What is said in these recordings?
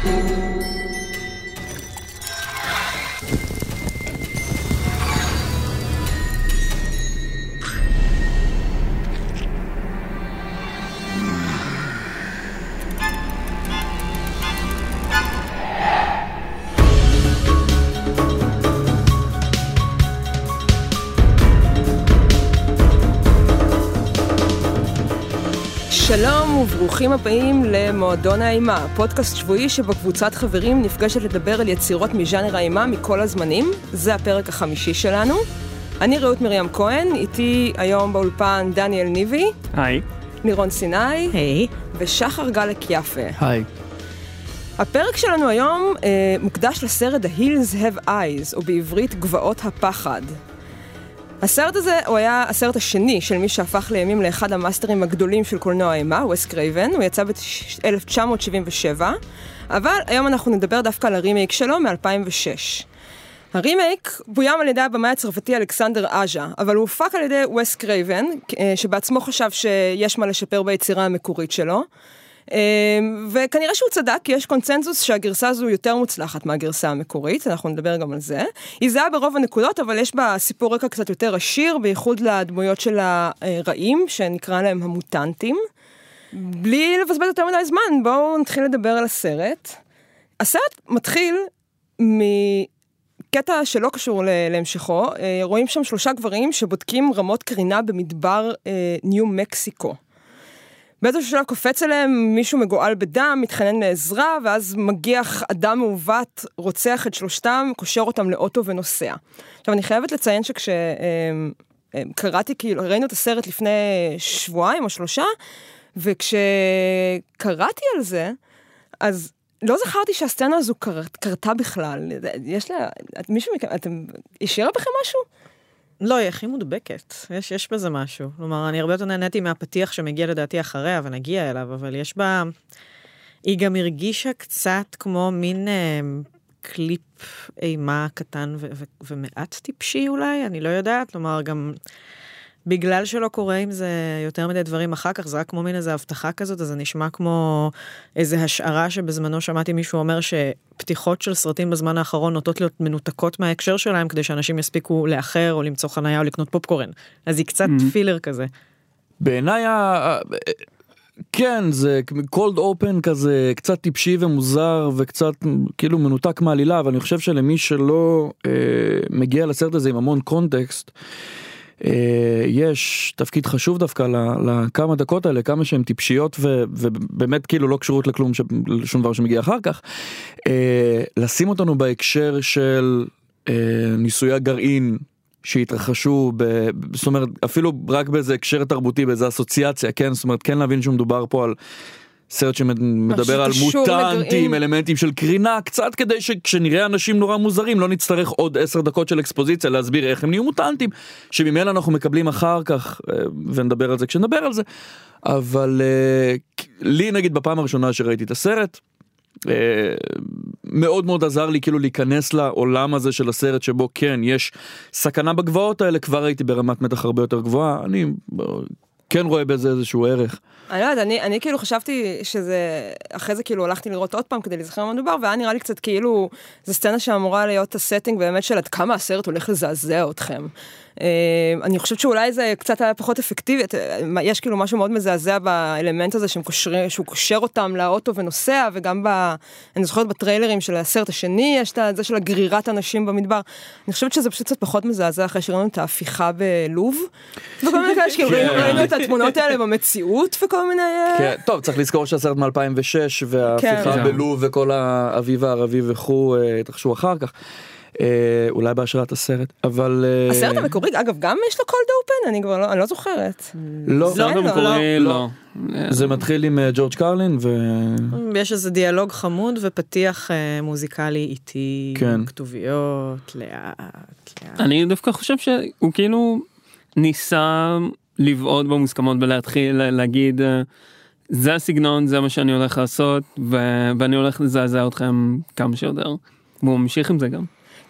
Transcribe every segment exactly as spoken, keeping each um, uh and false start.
שלום וברוכים הבאים למועדון האימה, פודקאסט שבועי שבו קבוצת חברים נפגשת לדבר על יצירות מז'אנר האימה מכל הזמנים. זה הפרק החמישי שלנו. אני רעות מרים כהן, איתי היום באולפן דניאל ניבי. היי. לירון סיני. היי. ושחר גלק יפה. היי. הפרק שלנו היום אה, מוקדש לסרט The Hills Have Eyes, או בעברית גבעות הפחד. הסרט הזה הוא היה הסרט השני של מי שהפך לימים לאחד המאסטרים הגדולים של קולנוע אימה, וס קרייבן. הוא יצא ב-אלף תשע מאות שבעים ושבע, אבל היום אנחנו נדבר דווקא על הרימייק שלו מ-אלפיים ושש. הרימייק בוים על ידי הבמאי הצרפתי אלכסנדר אז'ה, אבל הוא הופק על ידי וס קרייבן, שבעצמו חשב שיש מה לשפר ביצירה המקורית שלו. וכנראה שהוא צדק, כי יש קונצנזוס שהגרסה הזו יותר מוצלחת מהגרסה המקורית, אנחנו נדבר גם על זה. היא זהה ברוב הנקודות, אבל יש בה סיפור רקע קצת יותר עשיר, בייחוד לדמויות של הרעים, שנקרא להם המוטנטים. בלי לבזבז יותר מדי זמן, בואו נתחיל לדבר על הסרט. הסרט מתחיל מקטע שלא קשור להמשכו. רואים שם שלושה גברים שבודקים רמות קרינה במדבר ניו מקסיקו. באיזשהו שלב קופץ אליהם, מישהו מגועל בדם, מתחנן לעזרה, ואז מגיח אדם מעוות, רוצח את שלושתם, קושר אותם לאוטו ונוסע. עכשיו, אני חייבת לציין שכשקראתי, כאילו, ראינו את הסרט לפני שבועיים או שלושה, וכשקראתי על זה, אז לא זכרתי שהסצנה הזו קרתה בכלל. יש לה, מישהו מכם, אתם, השאירה בכם משהו? לא, היא הכי מודבקת. יש, יש בזה משהו. כלומר, אני הרבה יותר נהניתי מהפתיח שמגיע לדעתי אחריה, ונגיע אליו, אבל יש בה... היא גם הרגישה קצת כמו מין אה, קליפ אימה קטן ו- ו- ומעט טיפשי אולי, אני לא יודעת. כלומר, גם בגלל שלא קורה עם זה יותר מדי דברים אחר כך, זה רק כמו מין איזו הבטחה כזאת, אז זה נשמע כמו איזו השערה שבזמנו שמעתי מישהו אומר שפתיחות של סרטים בזמן האחרון נוטות להיות מנותקות מההקשר שלהם, כדי שאנשים יספיקו לאחר או למצוא חנייה או לקנות פופקורן. אז היא קצת mm-hmm. פילר כזה. בעיניי, כן, זה cold open כזה, קצת טיפשי ומוזר וקצת כאילו מנותק מהעלילה, אבל אני חושב שלמי שלא אה, מגיע לסרט הזה עם המון קונטקסט, יש תפקיד חשוב דווקא לכמה דקות האלה, כמה שהן טיפשיות ובאמת כאילו לא קשורות לכלום, שום דבר שמגיע אחר כך, לשים אותנו בהקשר של ניסויי הגרעין שהתרחשו, זאת אומרת אפילו רק באיזה הקשר תרבותי, באיזה אסוציאציה, כן, זאת אומרת כן להבין שמדובר פה על סרט שמדבר על מוטנטים, אלמנטים של קרינה, קצת כדי שכשנראה אנשים נורא מוזרים, לא נצטרך עוד עשר דקות של אקספוזיציה להסביר איך הם נהיו מוטנטים, שממילא אנחנו מקבלים אחר כך, ונדבר על זה כשנדבר על זה, אבל לי נגיד בפעם הראשונה שראיתי את הסרט, מאוד מאוד עזר לי כאילו להיכנס לעולם הזה של הסרט, שבו כן, יש סכנה בגבעות האלה, כבר הייתי ברמת מתח הרבה יותר גבוהה, אני... כן רואה בזה איזשהו ערך. אני לא יודעת, אני, אני כאילו חשבתי שזה, אחרי זה כאילו הלכתי לראות עוד פעם כדי לזכר מה מדובר, והיה נראה לי קצת כאילו, זו סצנה שאמורה להיות הסטינג באמת של עד כמה הסרט הולך לזעזע אתכם. אני חושבת שאולי זה קצת היה פחות אפקטיבי, יש כאילו משהו מאוד מזעזע באלמנט הזה שהוא קושר אותם לאוטו ונוסע, וגם ב, אני זוכרת בטריילרים של הסרט השני, יש את זה של הגרירת אנשים במדבר. אני חושבת שזה פשוט קצת פחות מזעזע אחרי שראינו את ההפיכה בלוב, וכל מיני כאלה שכאילו ראינו את התמונות האלה במציאות וכל מיני... כן, טוב, צריך לזכור שהסרט מ-אלפיים ושש וההפיכה בלוב וכל האביב הערבי וכו' התרחשו אחר כך. אולי בהשראת הסרט, אבל... הסרט המקורי, אגב, גם יש לו cold open? אני כבר לא, אני לא זוכרת. לא, הסרט המקורי, לא. זה מתחיל עם ג'ורג' קרלין, ו... יש איזה דיאלוג חמוד ופתיח מוזיקלי איטי, כתוביות, לאט, לאט. אני דווקא חושב שהוא כאילו ניסה לבעוד במוסכמות ולהתחיל להגיד, זה הסגנון, זה מה שאני הולך לעשות, ואני הולך לזעזע אתכם כמה שיותר. והוא ממשיך עם זה גם.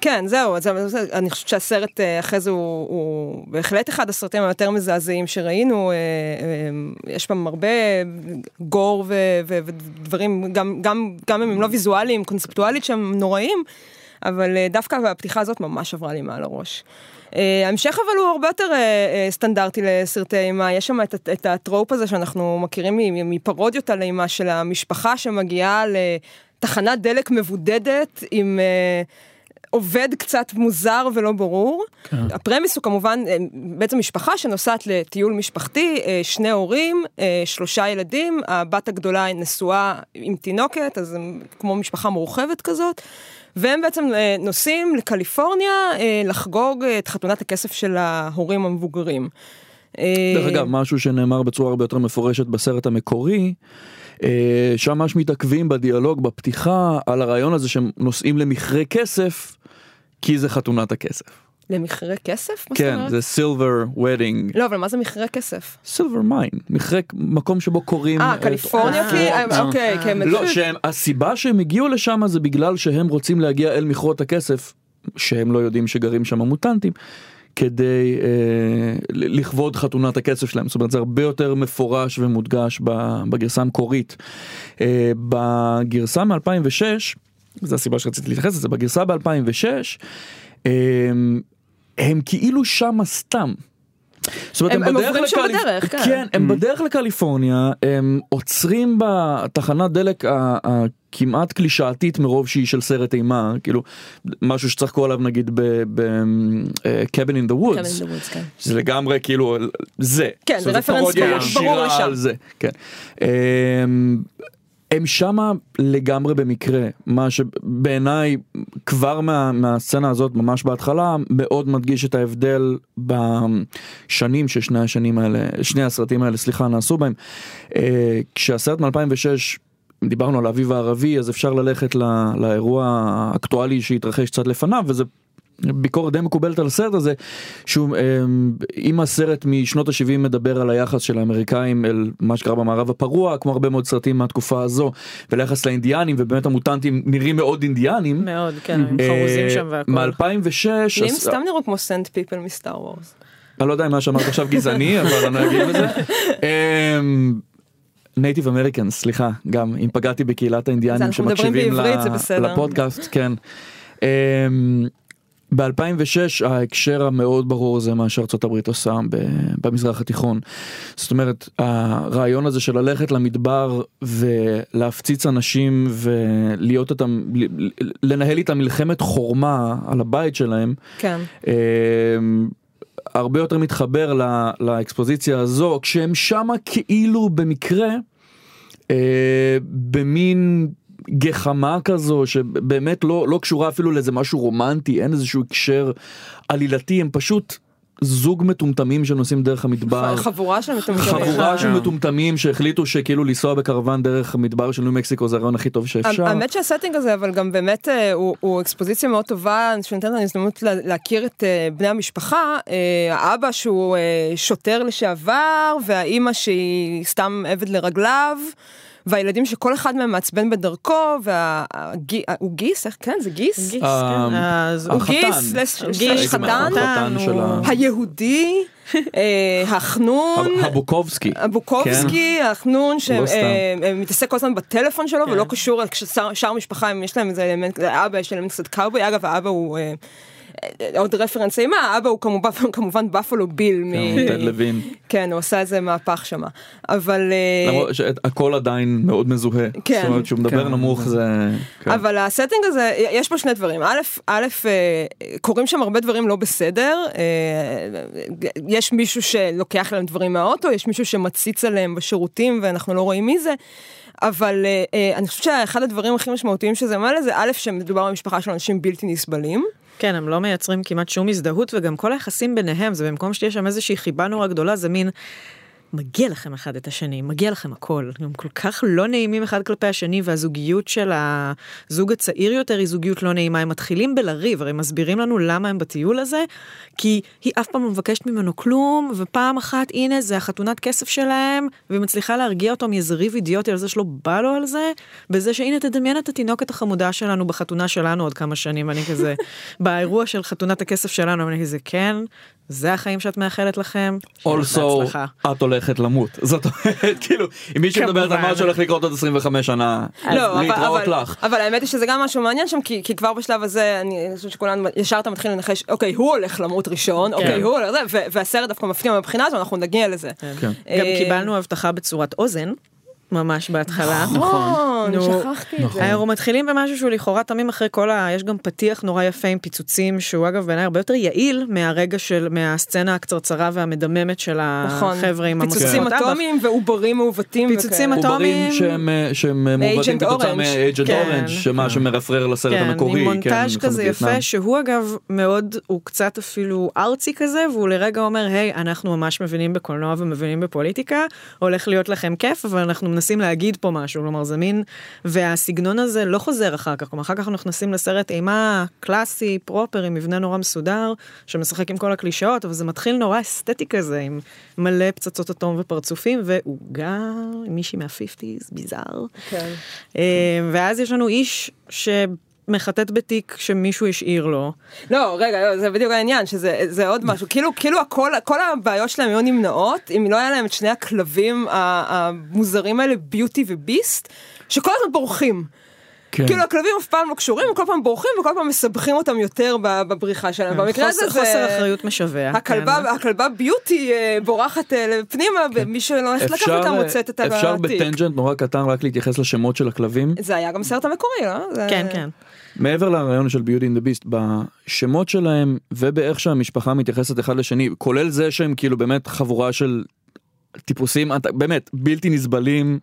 כן, זהו, זה, זה, אני חושבת שהסרט אחרי זה הוא, הוא בהחלט אחד הסרטים היותר מזעזעים שראינו, יש פעם הרבה גור ו, ו, ודברים, גם, גם, גם אם הם לא ויזואליים, קונספטואלית שהם נוראים, אבל דווקא הפתיחה הזאת ממש עברה לי מעל הראש. ההמשך אבל הוא הרבה יותר סטנדרטי לסרטי אימה, יש שם את, את הטרופ הזה שאנחנו מכירים מפרודיות על אימה של המשפחה שמגיעה לתחנת דלק מבודדת עם עובד קצת מוזר ולא ברור. כן. הפרמיס הוא כמובן בעצם משפחה שנוסעת לטיול משפחתי, שני הורים, שלושה ילדים, הבת הגדולה נשואה עם תינוקת, אז כמו משפחה מורחבת כזאת, והם בעצם נוסעים לקליפורניה לחגוג את חתונת הכסף של ההורים המבוגרים. דרך אגב, משהו שנאמר בצורה הרבה יותר מפורשת בסרט המקורי, שם ממש מתעכבים בדיאלוג, בפתיחה, על הרעיון הזה שהם נוסעים למכרה כסף, כי זה חתונת הכסף. למכרה כסף? כן, זה silver wedding. לא, אבל מה זה מכרה כסף? silver mine, מכרה, מקום שבו קוראים... אה, קליפורניה? אוקיי, כן. לא, הסיבה שהם הגיעו לשם זה בגלל שהם רוצים להגיע אל מכרות הכסף, שהם לא יודעים שגרים שם מוטנטים, כדי אה, לכבוד חתונת הכסף שלהם. זאת אומרת, זה הרבה יותר מפורש ומודגש בגרסה המקורית. אה, בגרסה מ-אלפיים ושש, זו הסיבה שרציתי להתייחס לזה, בגרסה ב-אלפיים ושש, אה, הם כאילו שם סתם. זאת אומרת, הם, הם, הם עוברים שם לקליפ... בדרך, כן. כן, הם mm-hmm. בדרך לקליפורניה, הם עוצרים בתחנת דלק הכמעט קלישאתית מרוב שהיא של סרט אימה, כאילו, משהו שצריך כל עליו נגיד ב-Cabin in the Woods. Cabin in the Woods, כן. זה לגמרי כאילו, זה. כן, זה רפרנס ברור לשם. זה, כן. הם שמה לגמרי במקרה, מה שבעיניי כבר מה, מהסצנה הזאת ממש בהתחלה מאוד מדגיש את ההבדל בשנים ששני השנים האלה, שני הסרטים האלה, סליחה, נעשו בהם. כשהסרט מ-אלפיים ושש דיברנו על האביב הערבי, אז אפשר ללכת לא, לאירוע האקטואלי שהתרחש קצת לפניו, וזה ביקורת די מקובלת על הסרט הזה, שהוא, אם הסרט משנות ה-שבעים מדבר על היחס של האמריקאים אל מה שקרה במערב הפרוע, כמו הרבה מאוד סרטים מהתקופה הזו, וליחס לאינדיאנים, ובאמת המוטנטים נראים מאוד אינדיאנים. מאוד, כן, הם חרוזים שם והכל. מ-אלפיים ושש... לי הם סתם נראו כמו סנט פיפל מסטאר וורס. אני לא יודע מה שאמרת עכשיו גזעני, אבל אני אגיד בזה. נייטיב אמריקנס, סליחה, גם אם פגעתי בקהילת האינדיאנים שמקשיבים לפודקאסט, כן. ב-אלפיים ושש ההקשר המאוד ברור זה מה שארצות הברית עושה במזרח התיכון. זאת אומרת, הרעיון הזה של ללכת למדבר ולהפציץ אנשים ולהיות אותם, לנהל איתם מלחמת חורמה על הבית שלהם, כן. הרבה יותר מתחבר לאקספוזיציה הזו, כשהם שמה כאילו במקרה, במין גחמה כזו שבאמת לא, לא קשורה אפילו לאיזה משהו רומנטי, אין איזשהו הקשר עלילתי, הם פשוט זוג מטומטמים שנוסעים דרך המדבר. חבורה של מטומטמים. חבורה של מטומטמים שהחליטו שכאילו לנסוע בקרוון דרך המדבר של ניו מקסיקו זה הרעיון הכי טוב שאפשר. האמת שהסטינג הזה אבל גם באמת הוא, הוא אקספוזיציה מאוד טובה, שנותנת לנו הזדמנות להכיר את בני המשפחה, האבא שהוא שוטר לשעבר, והאימא שהיא סתם עבד לרגליו, והילדים שכל אחד מהם מעצבן בדרכו, והוא גיס, כן, זה גיס? גיס, כן. הוא גיס, גיס, חתן, היהודי, החנון, הבוקובסקי, הבוקובסקי, החנון, שמתעסק כל הזמן בטלפון שלו, ולא קשור, כששאר משפחה, יש להם איזה אלמנט, האבא יש אלמנט קצת קאובוי, אגב, האבא הוא... עוד רפרנס אימה, האבא הוא כמובן, כמובן בפלו ביל. טד לוין. כן, הוא עושה איזה מהפך שמה. אבל... הכל עדיין מאוד מזוהה. כן. זאת אומרת, שהוא מדבר נמוך זה... אבל הסטינג הזה, יש פה שני דברים. א', א', קוראים שם הרבה דברים לא בסדר. יש מישהו שלוקח להם דברים מהאוטו, יש מישהו שמציץ עליהם בשירותים, ואנחנו לא רואים מי זה. אבל אני חושבת שאחד הדברים הכי משמעותיים שזה מעלה, זה א', שמדובר במשפחה של אנשים בלתי נסבלים. כן, הם לא מייצרים כמעט שום הזדהות, וגם כל היחסים ביניהם, זה במקום שתהיה שם איזושהי חיבה נורא גדולה, זה מין מגיע לכם אחד את השני, מגיע לכם הכל. הם כל כך לא נעימים אחד כלפי השני, והזוגיות של הזוג הצעיר יותר היא זוגיות לא נעימה. הם מתחילים בלריב, הרי מסבירים לנו למה הם בטיול הזה, כי היא אף פעם לא מבקשת ממנו כלום, ופעם אחת, הנה, זה החתונת כסף שלהם, והיא מצליחה להרגיע אותו מאיזה ריב אידיוטי על זה שלא בא לו על זה, בזה שהנה תדמיין את התינוקת החמודה שלנו בחתונה שלנו עוד כמה שנים, ואני כזה, באירוע של חתונת הכסף שלנו, ואני כזה, כן, זה החיים שאת מאחלת לכם. Also, את הולכת למות. זאת אומרת, כאילו, אם מישהו מדברת על מה שהולך לקרות עוד עשרים וחמש שנה, להתראות לך. אבל האמת היא שזה גם משהו מעניין שם, כי כבר בשלב הזה, אני חושבת שכולנו ישר אתה מתחיל לנחש, אוקיי, הוא הולך למות ראשון, אוקיי, הוא הולך, והסרט דווקא מפתיע מבחינה הזו, אנחנו נגיע לזה. גם קיבלנו הבטחה בצורת אוזן, ממש בהתחלה. נכון, שכחתי את זה. אנחנו מתחילים במשהו שהוא לכאורה תמים אחרי כל ה... יש גם פתיח נורא יפה עם פיצוצים, שהוא אגב בעיניי הרבה יותר יעיל מהרגע של, מהסצנה הקצרצרה והמדממת של החבר'ה עם המוסקות. פיצוצים אטומיים ועוברים מעוותים. פיצוצים אטומיים. עוברים שהם מעוותים כתוצאה מאג'נט אורנג', שמה שמרפרר לסרט המקורי. עם מונטאז' כזה יפה, שהוא אגב מאוד, הוא קצת אפילו ארצי כזה, והוא לרגע אומר, היי, אנחנו ממש מבינים בקולנוע ומבינים בפוליטיקה, הולך להיות לכם כיף, אבל אנחנו מנסים להגיד פה משהו, כלומר זה מין, והסגנון הזה לא חוזר אחר כך, כלומר אחר כך אנחנו נכנסים לסרט אימה קלאסי, פרופר, עם מבנה נורא מסודר, שמשחק עם כל הקלישאות, אבל זה מתחיל נורא אסתטי כזה, עם מלא פצצות אטום ופרצופים, והוגה, מישהי מה-חמישים, ביזר. כן. ואז יש לנו איש ש... מחטט בתיק שמישהו השאיר לו. לא, רגע, זה בדיוק העניין, שזה עוד משהו. כאילו, כאילו הכל, כל הבעיות שלהם היו נמנעות, אם לא היה להם את שני הכלבים המוזרים האלה, ביוטי וביסט, שכל הזמן בורחים. כאילו הכלבים אף פעם לא קשורים, וכל פעם בורחים, וכל פעם מסבכים אותם יותר בבריחה שלהם. במקרה הזה זה... חוסר אחריות משווע. הכלבה ביוטי בורחת לפנימה, ומי שלא הולכת לקחת אותה מוצאת את התיק. אפשר בטנג'נט נורא קטן רק להתייחס לשמות של הכלבים? זה היה גם סרט המקורי, לא? כן, כן. מעבר לרעיון של Beauty and the Beast, בשמות שלהם ובאיך שהמשפחה מתייחסת אחד לשני, כולל זה שהם כאילו באמת חבורה של טיפוסים, באמת בלתי נסבלים,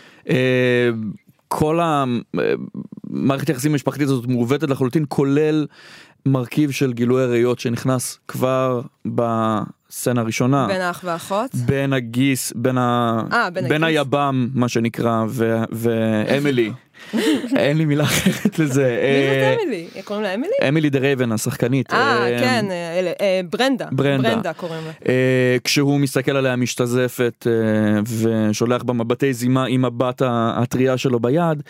כל המערכת יחסים המשפחתית הזאת מעוותת לחלוטין, כולל מרכיב של גילוי עריות שנכנס כבר בסצנה הראשונה. בין האח והאחות? בין הגיס, בין, ה... 아, בין, בין היבם, מה שנקרא, ו... ואמילי. אין לי מילה אחרת לזה. מי זאת אמילי? קוראים לה אמילי? אמילי דה רייבן, השחקנית. אה, כן, ברנדה. ברנדה. ברנדה קוראים לה. כשהוא מסתכל עליה משתזפת ושולח במבטי זימה עם הבת הטריה שלו ביד.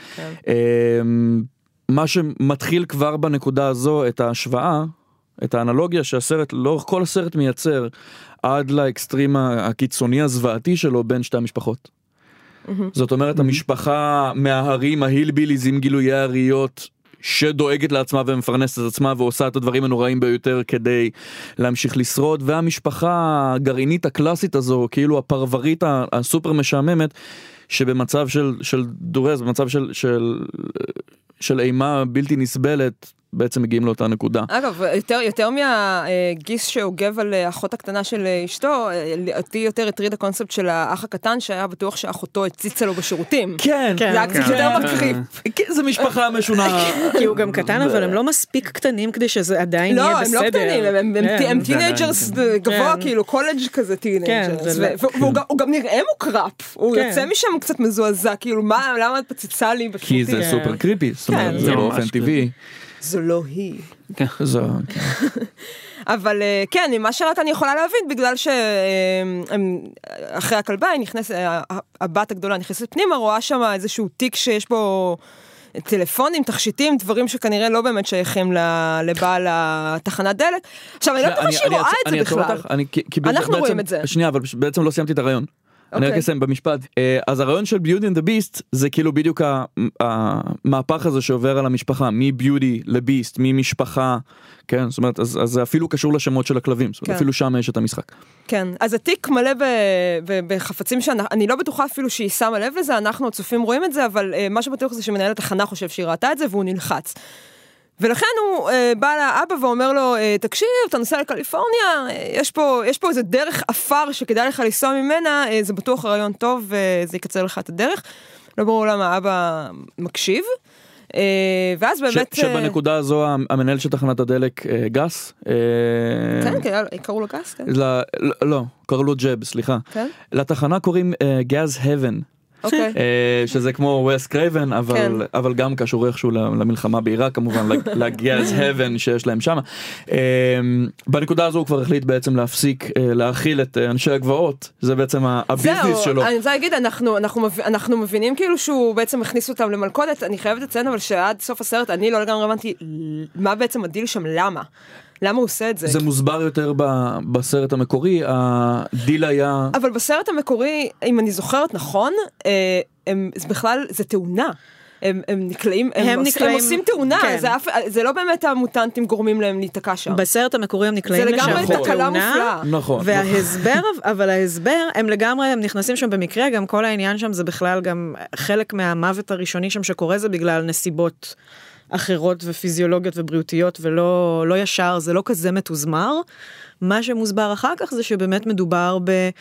מה שמתחיל כבר בנקודה הזו את ההשוואה, את האנלוגיה שהסרט, לאורך כל הסרט מייצר, עד לאקסטרים הקיצוני הזוועתי שלו בין שתי המשפחות. זאת אומרת, המשפחה מההרים, ההילביליז עם גילויי העריות, שדואגת לעצמה ומפרנסת את עצמה ועושה את הדברים הנוראים ביותר כדי להמשיך לשרוד, והמשפחה הגרעינית הקלאסית הזו, כאילו הפרברית הסופר משעממת, שבמצב של, של דורס, במצב של, של, של אימה בלתי נסבלת, בעצם מגיעים לאותה נקודה. אגב, יותר, יותר מהגיס שהוגב על האחות הקטנה של אשתו, אותי יותר הטריד הקונספט של האח הקטן, שהיה בטוח שאחותו הציצה לו בשירותים. כן. זה היה קצת יותר מקריפ. זה משפחה משונה. כי הוא גם קטן, אבל הם לא מספיק קטנים כדי שזה עדיין יהיה בסדר. לא, הם לא קטנים, הם טינג'רס גבוה, כאילו קולג' כזה טינג'רס. והוא גם נראה מוקרפ. הוא יוצא משם קצת מזועזע, כאילו, למה את פצצה לי בשירותים? כי זה סופר קריפי, זאת אומרת, זה באופן טבעי. זו לא היא. זו, אבל כן, מה שאלת אני יכולה להבין, בגלל שאחרי הכלבה, הבת הגדולה נכנסת פנימה, רואה שם איזשהו תיק שיש בו טלפונים, תכשיטים, דברים שכנראה לא באמת שייכים לבעל התחנת דלק. עכשיו, אני לא בטוחה שהיא רואה את זה בכלל. אנחנו רואים את זה. שנייה, אבל בעצם לא סיימתי את הרעיון. אני רק אסיים במשפט. אז הרעיון של Beauty and the Beast זה כאילו בדיוק המהפך הזה שעובר על המשפחה, מ-Beauty ל-Beast, ממשפחה, כן, זאת אומרת, אז זה אפילו קשור לשמות של הכלבים, זאת אומרת, אפילו שם יש את המשחק. כן, אז התיק מלא בחפצים שאני לא בטוחה אפילו שהיא שמה לב לזה, אנחנו הצופים רואים את זה, אבל מה שבטוח זה שמנהל התחנה חושב שהיא ראתה את זה, והוא נלחץ. ולכן הוא אה, בא לאבא ואומר לו, אה, תקשיב, אתה נוסע לקליפורניה, אה, יש פה, יש פה איזה דרך אפר שכדאי לך לנסוע ממנה, אה, זה בטוח רעיון טוב, וזה יקצר לך את הדרך. לא ברור למה האבא מקשיב. ואז באמת... שבנקודה הזו המנהל של תחנת הדלק גס. כן, כן, קראו לו גס, כן. לא, קראו לו ג'ב, סליחה. לתחנה קוראים גז הבן. אוקיי. שזה כמו וס קרייבן, אבל אבל גם קשור איכשהו למלחמה בעיראק, כמובן לגז הבן שיש להם שם. בנקודה הזו הוא כבר החליט בעצם להפסיק להאכיל את אנשי הגבעות, זה בעצם הביזנס שלו. אני רוצה להגיד, אנחנו אנחנו מבינים כאילו שהוא בעצם הכניס אותם למלכודת. אני חייבת לציין אבל שעד סוף הסרט אני לא לגמרי הבנתי מה בעצם הדיל שם, למה למה הוא עושה את זה? זה מוסבר יותר בסרט המקורי, הדיל היה... אבל בסרט המקורי, אם אני זוכרת נכון, הם, זה בכלל, זה תאונה. הם, הם נקלעים, הם, הם, נקלעים, הם עושים תאונה, כן. זה, אף, זה לא באמת המוטנטים גורמים להם להיתקע שם. בסרט המקורי הם נקלעים לשם. זה לגמרי תקלה מופלאה. נכון. וההסבר, אבל ההסבר, הם לגמרי, הם נכנסים שם במקרה, גם כל העניין שם זה בכלל גם חלק מהמוות הראשוני שם שקורה, זה בגלל נסיבות אחרות ופיזיולוגיות ובריאותיות, ולא לא ישר, זה לא כזה מתוזמר. מה שמוסבר אחר כך זה שבאמת מדובר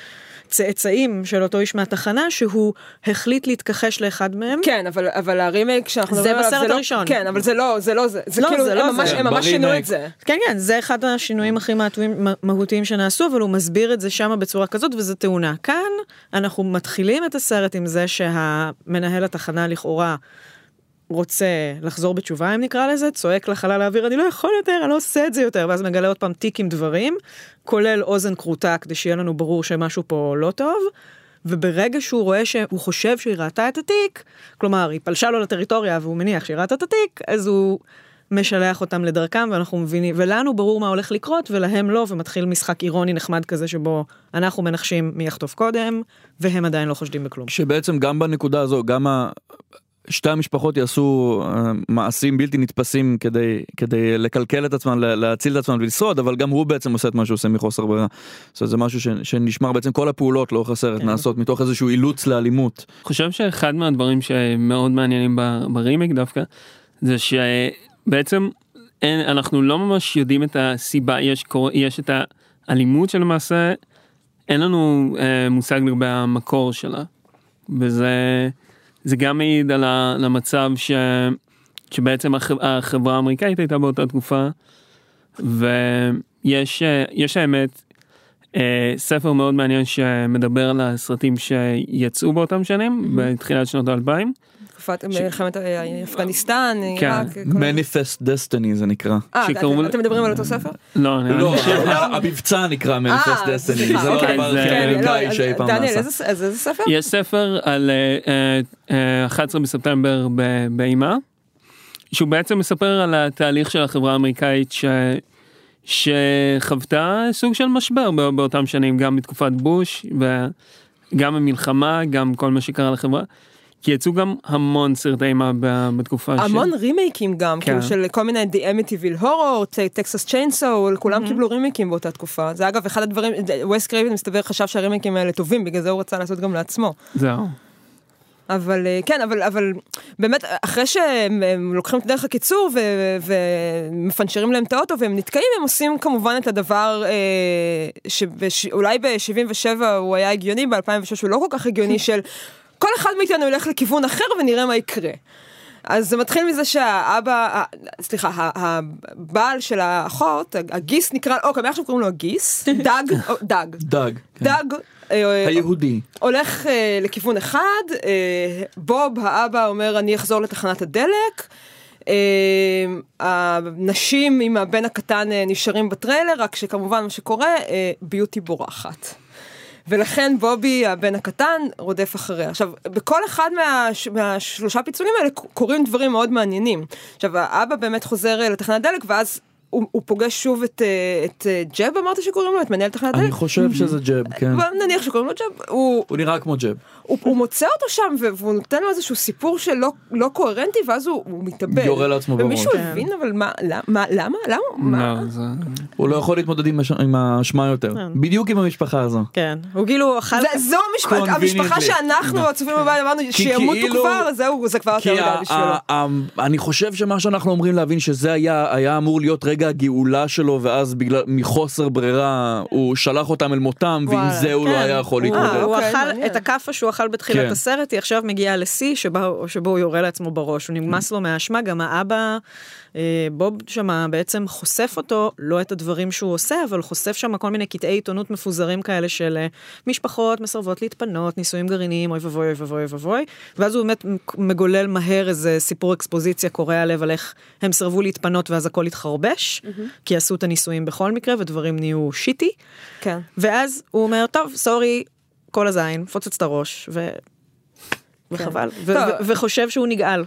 בצאצאים של אותו איש מהתחנה, שהוא החליט להתכחש לאחד מהם. כן, אבל, אבל הרימייק שאנחנו זה בסרט הראשון. לא, כן, אבל זה לא, זה לא זה. זה לא, כאילו, זה לא, ממש, זה. הם ממש שינו את זה. כן, כן, זה אחד השינויים הכי מהותיים שנעשו, אבל הוא מסביר את זה שם בצורה כזאת, וזה תאונה. כאן אנחנו מתחילים את הסרט עם זה שהמנהל התחנה לכאורה רוצה לחזור בתשובה, אם נקרא לזה, צועק לחלל האוויר, אני לא יכול יותר, אני לא עושה את זה יותר, ואז מגלה עוד פעם תיק עם דברים, כולל אוזן קרוטה, כדי שיהיה לנו ברור שמשהו פה לא טוב, וברגע שהוא רואה שהוא חושב שהיא ראתה את התיק, כלומר, היא פלשה לו לטריטוריה, והוא מניח שהיא ראתה את התיק, אז הוא משלח אותם לדרכם, ואנחנו מבינים, ולנו ברור מה הולך לקרות, ולהם לא, ומתחיל משחק אירוני נחמד כזה, שבו אנחנו מנחשים מי יחטוף קודם, והם עדיין לא חושדים בכלום. שבעצם גם בנקודה הזו, גם ה... שתי המשפחות יעשו uh, מעשים בלתי נתפסים כדי, כדי לקלקל את עצמם, להציל את עצמם ולשרוד, אבל גם הוא בעצם עושה את מה שהוא עושה מחוסר ברירה. זאת אומרת, זה משהו ש, שנשמר בעצם כל הפעולות לאורך הסרט, נעשות מתוך איזשהו אילוץ לאלימות. אני חושב שאחד מהדברים שמאוד מעניינים ברימייק דווקא, זה שבעצם אין, אנחנו לא ממש יודעים את הסיבה, יש, יש את האלימות של המעשה, אין לנו אה, מושג לגבי המקור שלה, וזה... זה גם מעיד על המצב ש... שבעצם החברה האמריקאית הייתה באותה תקופה, ויש יש האמת ספר מאוד מעניין שמדבר על הסרטים שיצאו באותם שנים, בתחילת שנות האלפיים. תקופת מלחמת אפגניסטן, כן. Manifest Destiny זה נקרא. אה, אתם מדברים על אותו ספר? לא, לא, המבצע נקרא Manifest Destiny, זה לא דבר אמריקאי שאי פעם נעשה. דניאל, איזה ספר? יש ספר על אחד עשר בספטמבר באימה, שהוא בעצם מספר על התהליך של החברה האמריקאית ש... שחוותה סוג של משבר באותם שנים, גם בתקופת בוש, וגם המלחמה, גם כל מה שקרה לחברה. כי יצאו גם המון סרטי אימה בתקופה של... המון רימייקים גם, כאילו של כל מיני The Amityville Horror, Texas Chainsaw, כולם קיבלו רימייקים באותה תקופה. זה אגב אחד הדברים, וס קרייבן מסתבר חשב שהרימייקים האלה טובים, בגלל זה הוא רצה לעשות גם לעצמו. זהו. אבל כן, אבל, אבל באמת, אחרי שהם לוקחים את דרך הקיצור ומפנשרים להם את האוטו והם נתקעים, הם עושים כמובן את הדבר שאולי ב-שבעים ושבע הוא היה הגיוני, ב-אלפיים ושש הוא לא כל כך הגיוני של כל אחד מאיתנו ילך לכיוון אחר ונראה מה יקרה. אז זה מתחיל מזה שהאבא, סליחה, הבעל של האחות, הגיס נקרא, אוקיי, מה עכשיו קוראים לו הגיס? דג? דג. דג. דג. היהודי. הולך לכיוון אחד, בוב, האבא, אומר, אני אחזור לתחנת הדלק, הנשים עם הבן הקטן נשארים בטריילר, רק שכמובן מה שקורה, ביוטי בורחת. ולכן בובי, הבן הקטן, רודף אחריה. עכשיו, בכל אחד מהש... מהשלושה פיצולים האלה קורים דברים מאוד מעניינים. עכשיו, האבא באמת חוזר לתחנת דלק, ואז הוא, הוא פוגש שוב את, את ג'ב, אמרת שקוראים לו, את מנהל תחנת דלק? אני חושב שזה ג'ב, כן. נניח שקוראים לו ג'ב. הוא, הוא נראה כמו ג'ב. הוא, הוא מוצא אותו שם, והוא נותן לו איזשהו סיפור שלא לא קוהרנטי, ואז הוא, הוא מתאבל. יורה לעצמו בראש. ומישהו הבין, אבל מה, למה? למה? למה? הוא לא יכול להתמודד עם האשמה יותר. בדיוק עם המשפחה הזו. כן. הוא כאילו... זו המשפחה שאנחנו, הצופים בבית, אמרנו, שימותו כבר, זהו, זה כבר יותר מדי בשבילו. אני חושב שמה שאנחנו אומרים להבין שזה היה אמור להיות רגע רגע הגאולה שלו, ואז בגלל, מחוסר ברירה, הוא שלח אותם אל מותם, ועם זה הוא לא היה יכול להתמודד. הוא אכל את הכאפה שהוא אכל בתחילת הסרט, היא עכשיו מגיעה לשיא, שבו הוא יורה לעצמו בראש, הוא נמאס לו מהאשמה, גם האבא, בוב שמה בעצם חושף אותו, לא את הדברים שהוא עושה, אבל חושף שם כל מיני קטעי עיתונות מפוזרים כאלה של משפחות מסרבות להתפנות, נישואים גרעיניים, אוי ובוי, אוי ובוי, אוי ובוי, ואז הוא באמת מגולל מהר איזה סיפור אקספוזיציה קורא עליו על איך הם סרבו להתפנות ואז הכל התחרבש, כי עשו את הנישואים בכל מקרה, ודברים נהיו שיטי. כן. ואז הוא אומר, טוב, סורי, כל הזין, פוצץ את הראש, ו... וחבל, ו- ו- וחושב שהוא נגעל.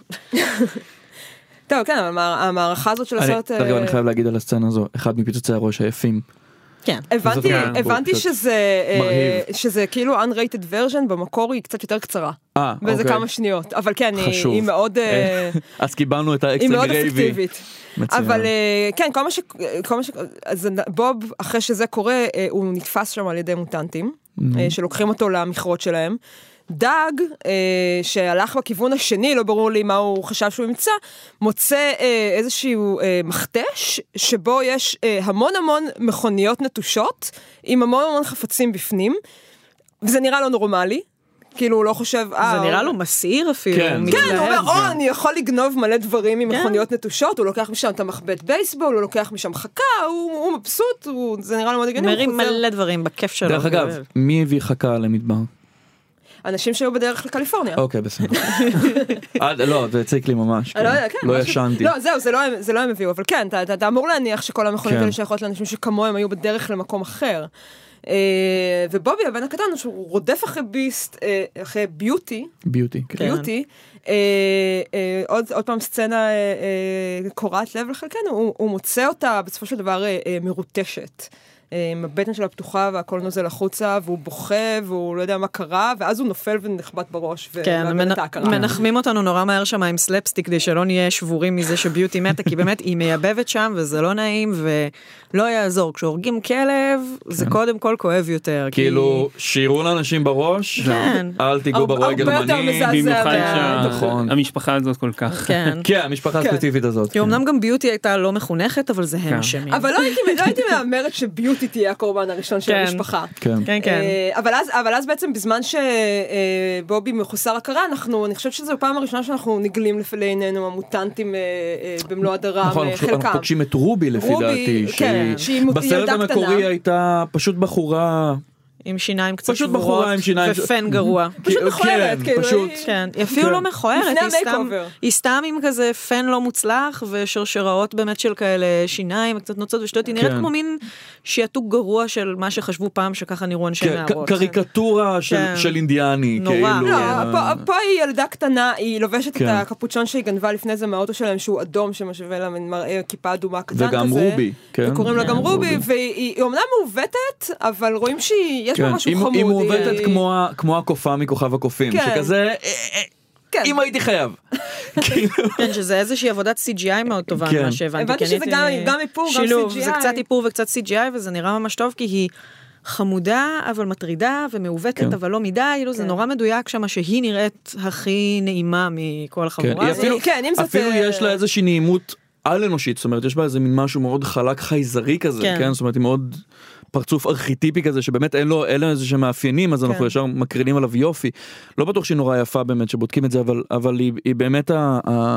טוב, כן, אבל המערכה הזאת של הסרט... רגע, אני חייב להגיד על הסצנה הזו, אחד מפיצוצי הראש היפים. כן. הבנתי, הבנתי שזה, שזה כאילו unrated version, במקור היא קצת יותר קצרה. אה, אוקיי. וזה כמה שניות, אבל כן, חשוב. היא מאוד... אז קיבלנו את האקסטרה גרייבי. היא מאוד אפקטיבית. אבל כן, כל מה ש... כל מה ש... אז בוב, אחרי שזה קורה, הוא נתפס שם על ידי מוטנטים, שלוקחים אותו למכרות שלהם. דאג, אה, שהלך בכיוון השני, לא ברור לי מה הוא חשב שהוא ימצא, מוצא אה, איזשהו אה, מכתש, שבו יש אה, המון המון מכוניות נטושות, עם המון המון חפצים בפנים, וזה נראה לא נורמלי, כאילו הוא לא חושב... זה נראה לו מסעיר אפילו. כן, הוא אומר, או, אני יכול לגנוב מלא דברים עם מכוניות נטושות, הוא לוקח משם את המחבט בייסבול, הוא לוקח משם חכה, הוא מבסוט, זה נראה לו מאוד הגיוני. מרים מלא דברים בכיף שלו. דרך אגב, מי הביא חכה למדבר? אנשים שהיו בדרך לקליפורניה. אוקיי, בסדר. לא, זה הציק לי ממש. לא ישנתי. לא, זהו, זה לא הם הביאו, אבל כן, אתה אמור להניח שכל המכוניות האלה שייכות לאנשים שכמוהם היו בדרך למקום אחר. ובובי, הבן הקטן, שהוא רודף אחרי ביסט, אחרי ביוטי. ביוטי, כן. ביוטי. עוד פעם סצנה קורעת לב לחלקנו, הוא מוצא אותה בסופו של דבר מרוטשת. עם הבטן שלה פתוחה והכל נוזל החוצה, והוא בוכה, והוא לא יודע מה קרה, ואז הוא נופל ונחבט בראש, ומאבד את ההכרה. מנחמים אותנו נורא מהר שם עם סלפסטיק, כדי שלא נהיה שבורים מזה שביוטי מתה, כי באמת היא מייבבת שם, וזה לא נעים, ולא יעזור. כשהורגים כלב, זה קודם כל כואב יותר. כאילו, שירו לאנשים בראש, אל תיגעו ברגל מני, במיוחד שהמשפחה הזאת כל כך. כן, המשפחה הספציפית הזאת. כי אמנם גם ביוטי הייתה לא מחונכת, אבל זה הם אשמים. אבל לא הייתי מאמרת שביוטי תהיה הקורבן הראשון של המשפחה. כן, כן. אבל אז בעצם בזמן שבובי מחוסר הכרה, אני חושבת שזו פעם הראשונה שאנחנו נגלים לעינינו המוטנטים במלוא הדרם, נכון, חלקם. אנחנו פוגשים את רובי לפי דעתי, בסרט המקורי הייתה פשוט בחורה... עם שיניים קצת שבורות, ופן גרוע. פשוט מכוערת, כאילו. כן, היא אפילו לא מכוערת, היא סתם עם כזה פן לא מוצלח, ושרשראות באמת של כאלה שיניים, קצת נוצות ושטויות, היא נראית כמו מין שיעתוק גרוע של מה שחשבו פעם, שככה נראו אנשי נערות. קריקטורה של אינדיאני, נורא. פה היא ילדה קטנה, היא לובשת את הקפוצ'ון שהיא גנבה לפני זה מהאוטו שלהם, שהוא אדום, שמשווה לה מראה כיפה אדומה קטן כזה. וגם רובי. וקוראים לה גם רובי, והיא אומנם מעוותת, אבל רואים שהיא יש בה משהו חמוד. היא מעוותת כמו הקופה מכוכב הקופים, שכזה, אם הייתי חייב. כן, שזה איזושהי עבודת סי ג'י איי מאוד טובה, מה שהבנתי. הבנתי שזה גם איפור, גם סי ג'י איי. זה קצת איפור וקצת סי ג'י איי, וזה נראה ממש טוב, כי היא חמודה, אבל מטרידה, ומעוותת, אבל לא מדי, זה נורא מדויק שמה שהיא נראית הכי נעימה מכל החבורה. אפילו יש לה איזושהי נעימות על אנושית, זאת אומרת, יש בה איזה מין משהו מאוד חלק חייזרי כזה, כן? זאת אומרת, היא מאוד... פרצוף ארכיטיפי כזה, שבאמת אין לו, אין לו איזה שמאפיינים, אז אנחנו ישר מקרינים עליו יופי. לא בטוח שהיא נורא יפה באמת, שבודקים את זה, אבל, אבל היא, היא באמת ה...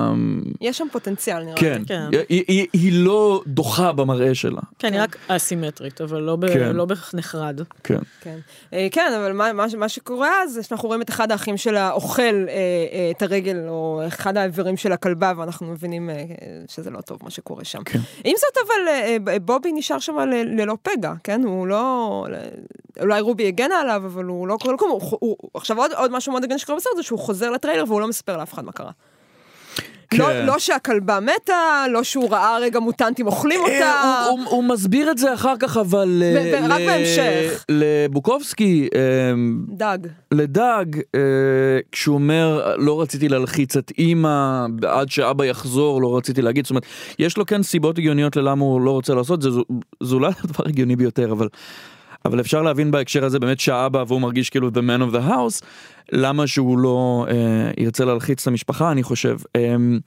יש שם פוטנציאל, נראה כן. לי. כן. היא, היא, היא לא דוחה במראה שלה. כן, היא רק אסימטרית, אבל לא, ב, כן. לא נחרד. כן. כן. כן, אבל מה, מה, מה שקורה אז, שאנחנו רואים את אחד האחים שלה אוכל אה, את הרגל, או אחד האיברים של הכלבה, ואנחנו מבינים אה, שזה לא טוב מה שקורה שם. כן. עם זאת, אבל אה, בובי נשאר שם ל, ללא פגע, כן? הוא לא, אולי רובי הגנה עליו, אבל הוא לא קורה לכם. עכשיו עוד, עוד משהו מאוד הגן שקורה בסרט, זה שהוא חוזר לטריילר, והוא לא מספר לאף אחד מה קרה. כן. לא, לא שהכלבה מתה, לא שהוא ראה רגע מוטנטים אוכלים אותה. הוא, הוא, הוא מסביר את זה אחר כך, אבל... ב- ב- רק בהמשך. לבוקובסקי, דג. לדג, כשהוא אומר, לא רציתי להלחיץ את אמא, עד שאבא יחזור, לא רציתי להגיד, זאת אומרת, יש לו כן סיבות הגיוניות ללמה הוא לא רוצה לעשות, זה, זה אולי הדבר הגיוני ביותר, אבל... אבל אפשר להבין בהקשר הזה באמת שהאבא, והוא מרגיש כאילו the man of the house, למה שהוא לא אה, ירצה להלחיץ את המשפחה, אני חושב. אה,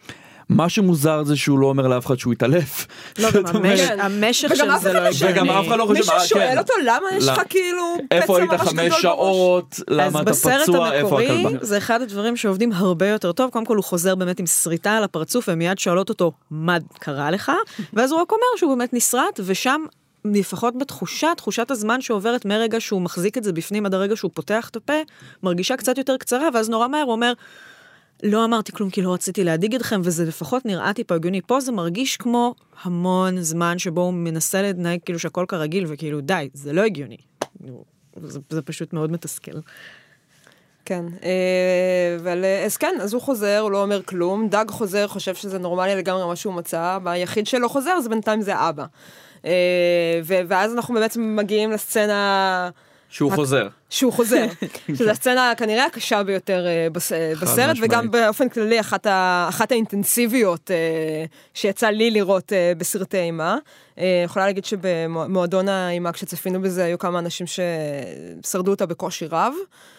מה שמוזר זה שהוא לא אומר לאף אחד שהוא יתעלף. לא, גם המשך של זה לא הגיוני. וגם אף אחד לא חושב, מישהו שואל אותו למה יש לך כאילו איפה היית חמש שעות, למה אתה פצוע, איפה הכלבה. אז בסרט המקורי זה אחד הדברים שעובדים הרבה יותר טוב, קודם כל הוא חוזר באמת עם שריטה על הפרצוף, ומיד שואלות אותו, מה קרה לך? ואז הוא רק אומר שהוא באמת נשרט, ושם לפחות בתחושה, תחושת הזמן שעוברת מרגע שהוא מחזיק את זה בפנים עד הרגע שהוא פותח את הפה, מרגישה קצת יותר קצרה, ואז נורא מהר הוא אומר, לא אמרתי כלום כי לא רציתי להדיג אתכם, וזה לפחות נראה טיפה הגיוני. פה זה מרגיש כמו המון זמן שבו הוא מנסה להתנהג כאילו שהכל כרגיל, וכאילו די, זה לא הגיוני. זה, זה פשוט מאוד מתסכל. כן, אבל אז כן, אז הוא חוזר, הוא לא אומר כלום, דג חוזר, חושב שזה נורמלי לגמרי מה שהוא מצא, והיחיד שלא חוזר, זה בינתיים זה אבא. ואז אנחנו בעצם מגיעים לסצנה... שהוא חוזר. שהוא חוזר. שזו הסצנה כנראה הקשה ביותר בסרט, וגם באופן כללי אחת האינטנסיביות שיצא לי לראות בסרטי אימה. יכולה להגיד שבמועדון האימה, כשצפינו בזה, היו כמה אנשים ששרדו אותה בקושי רב.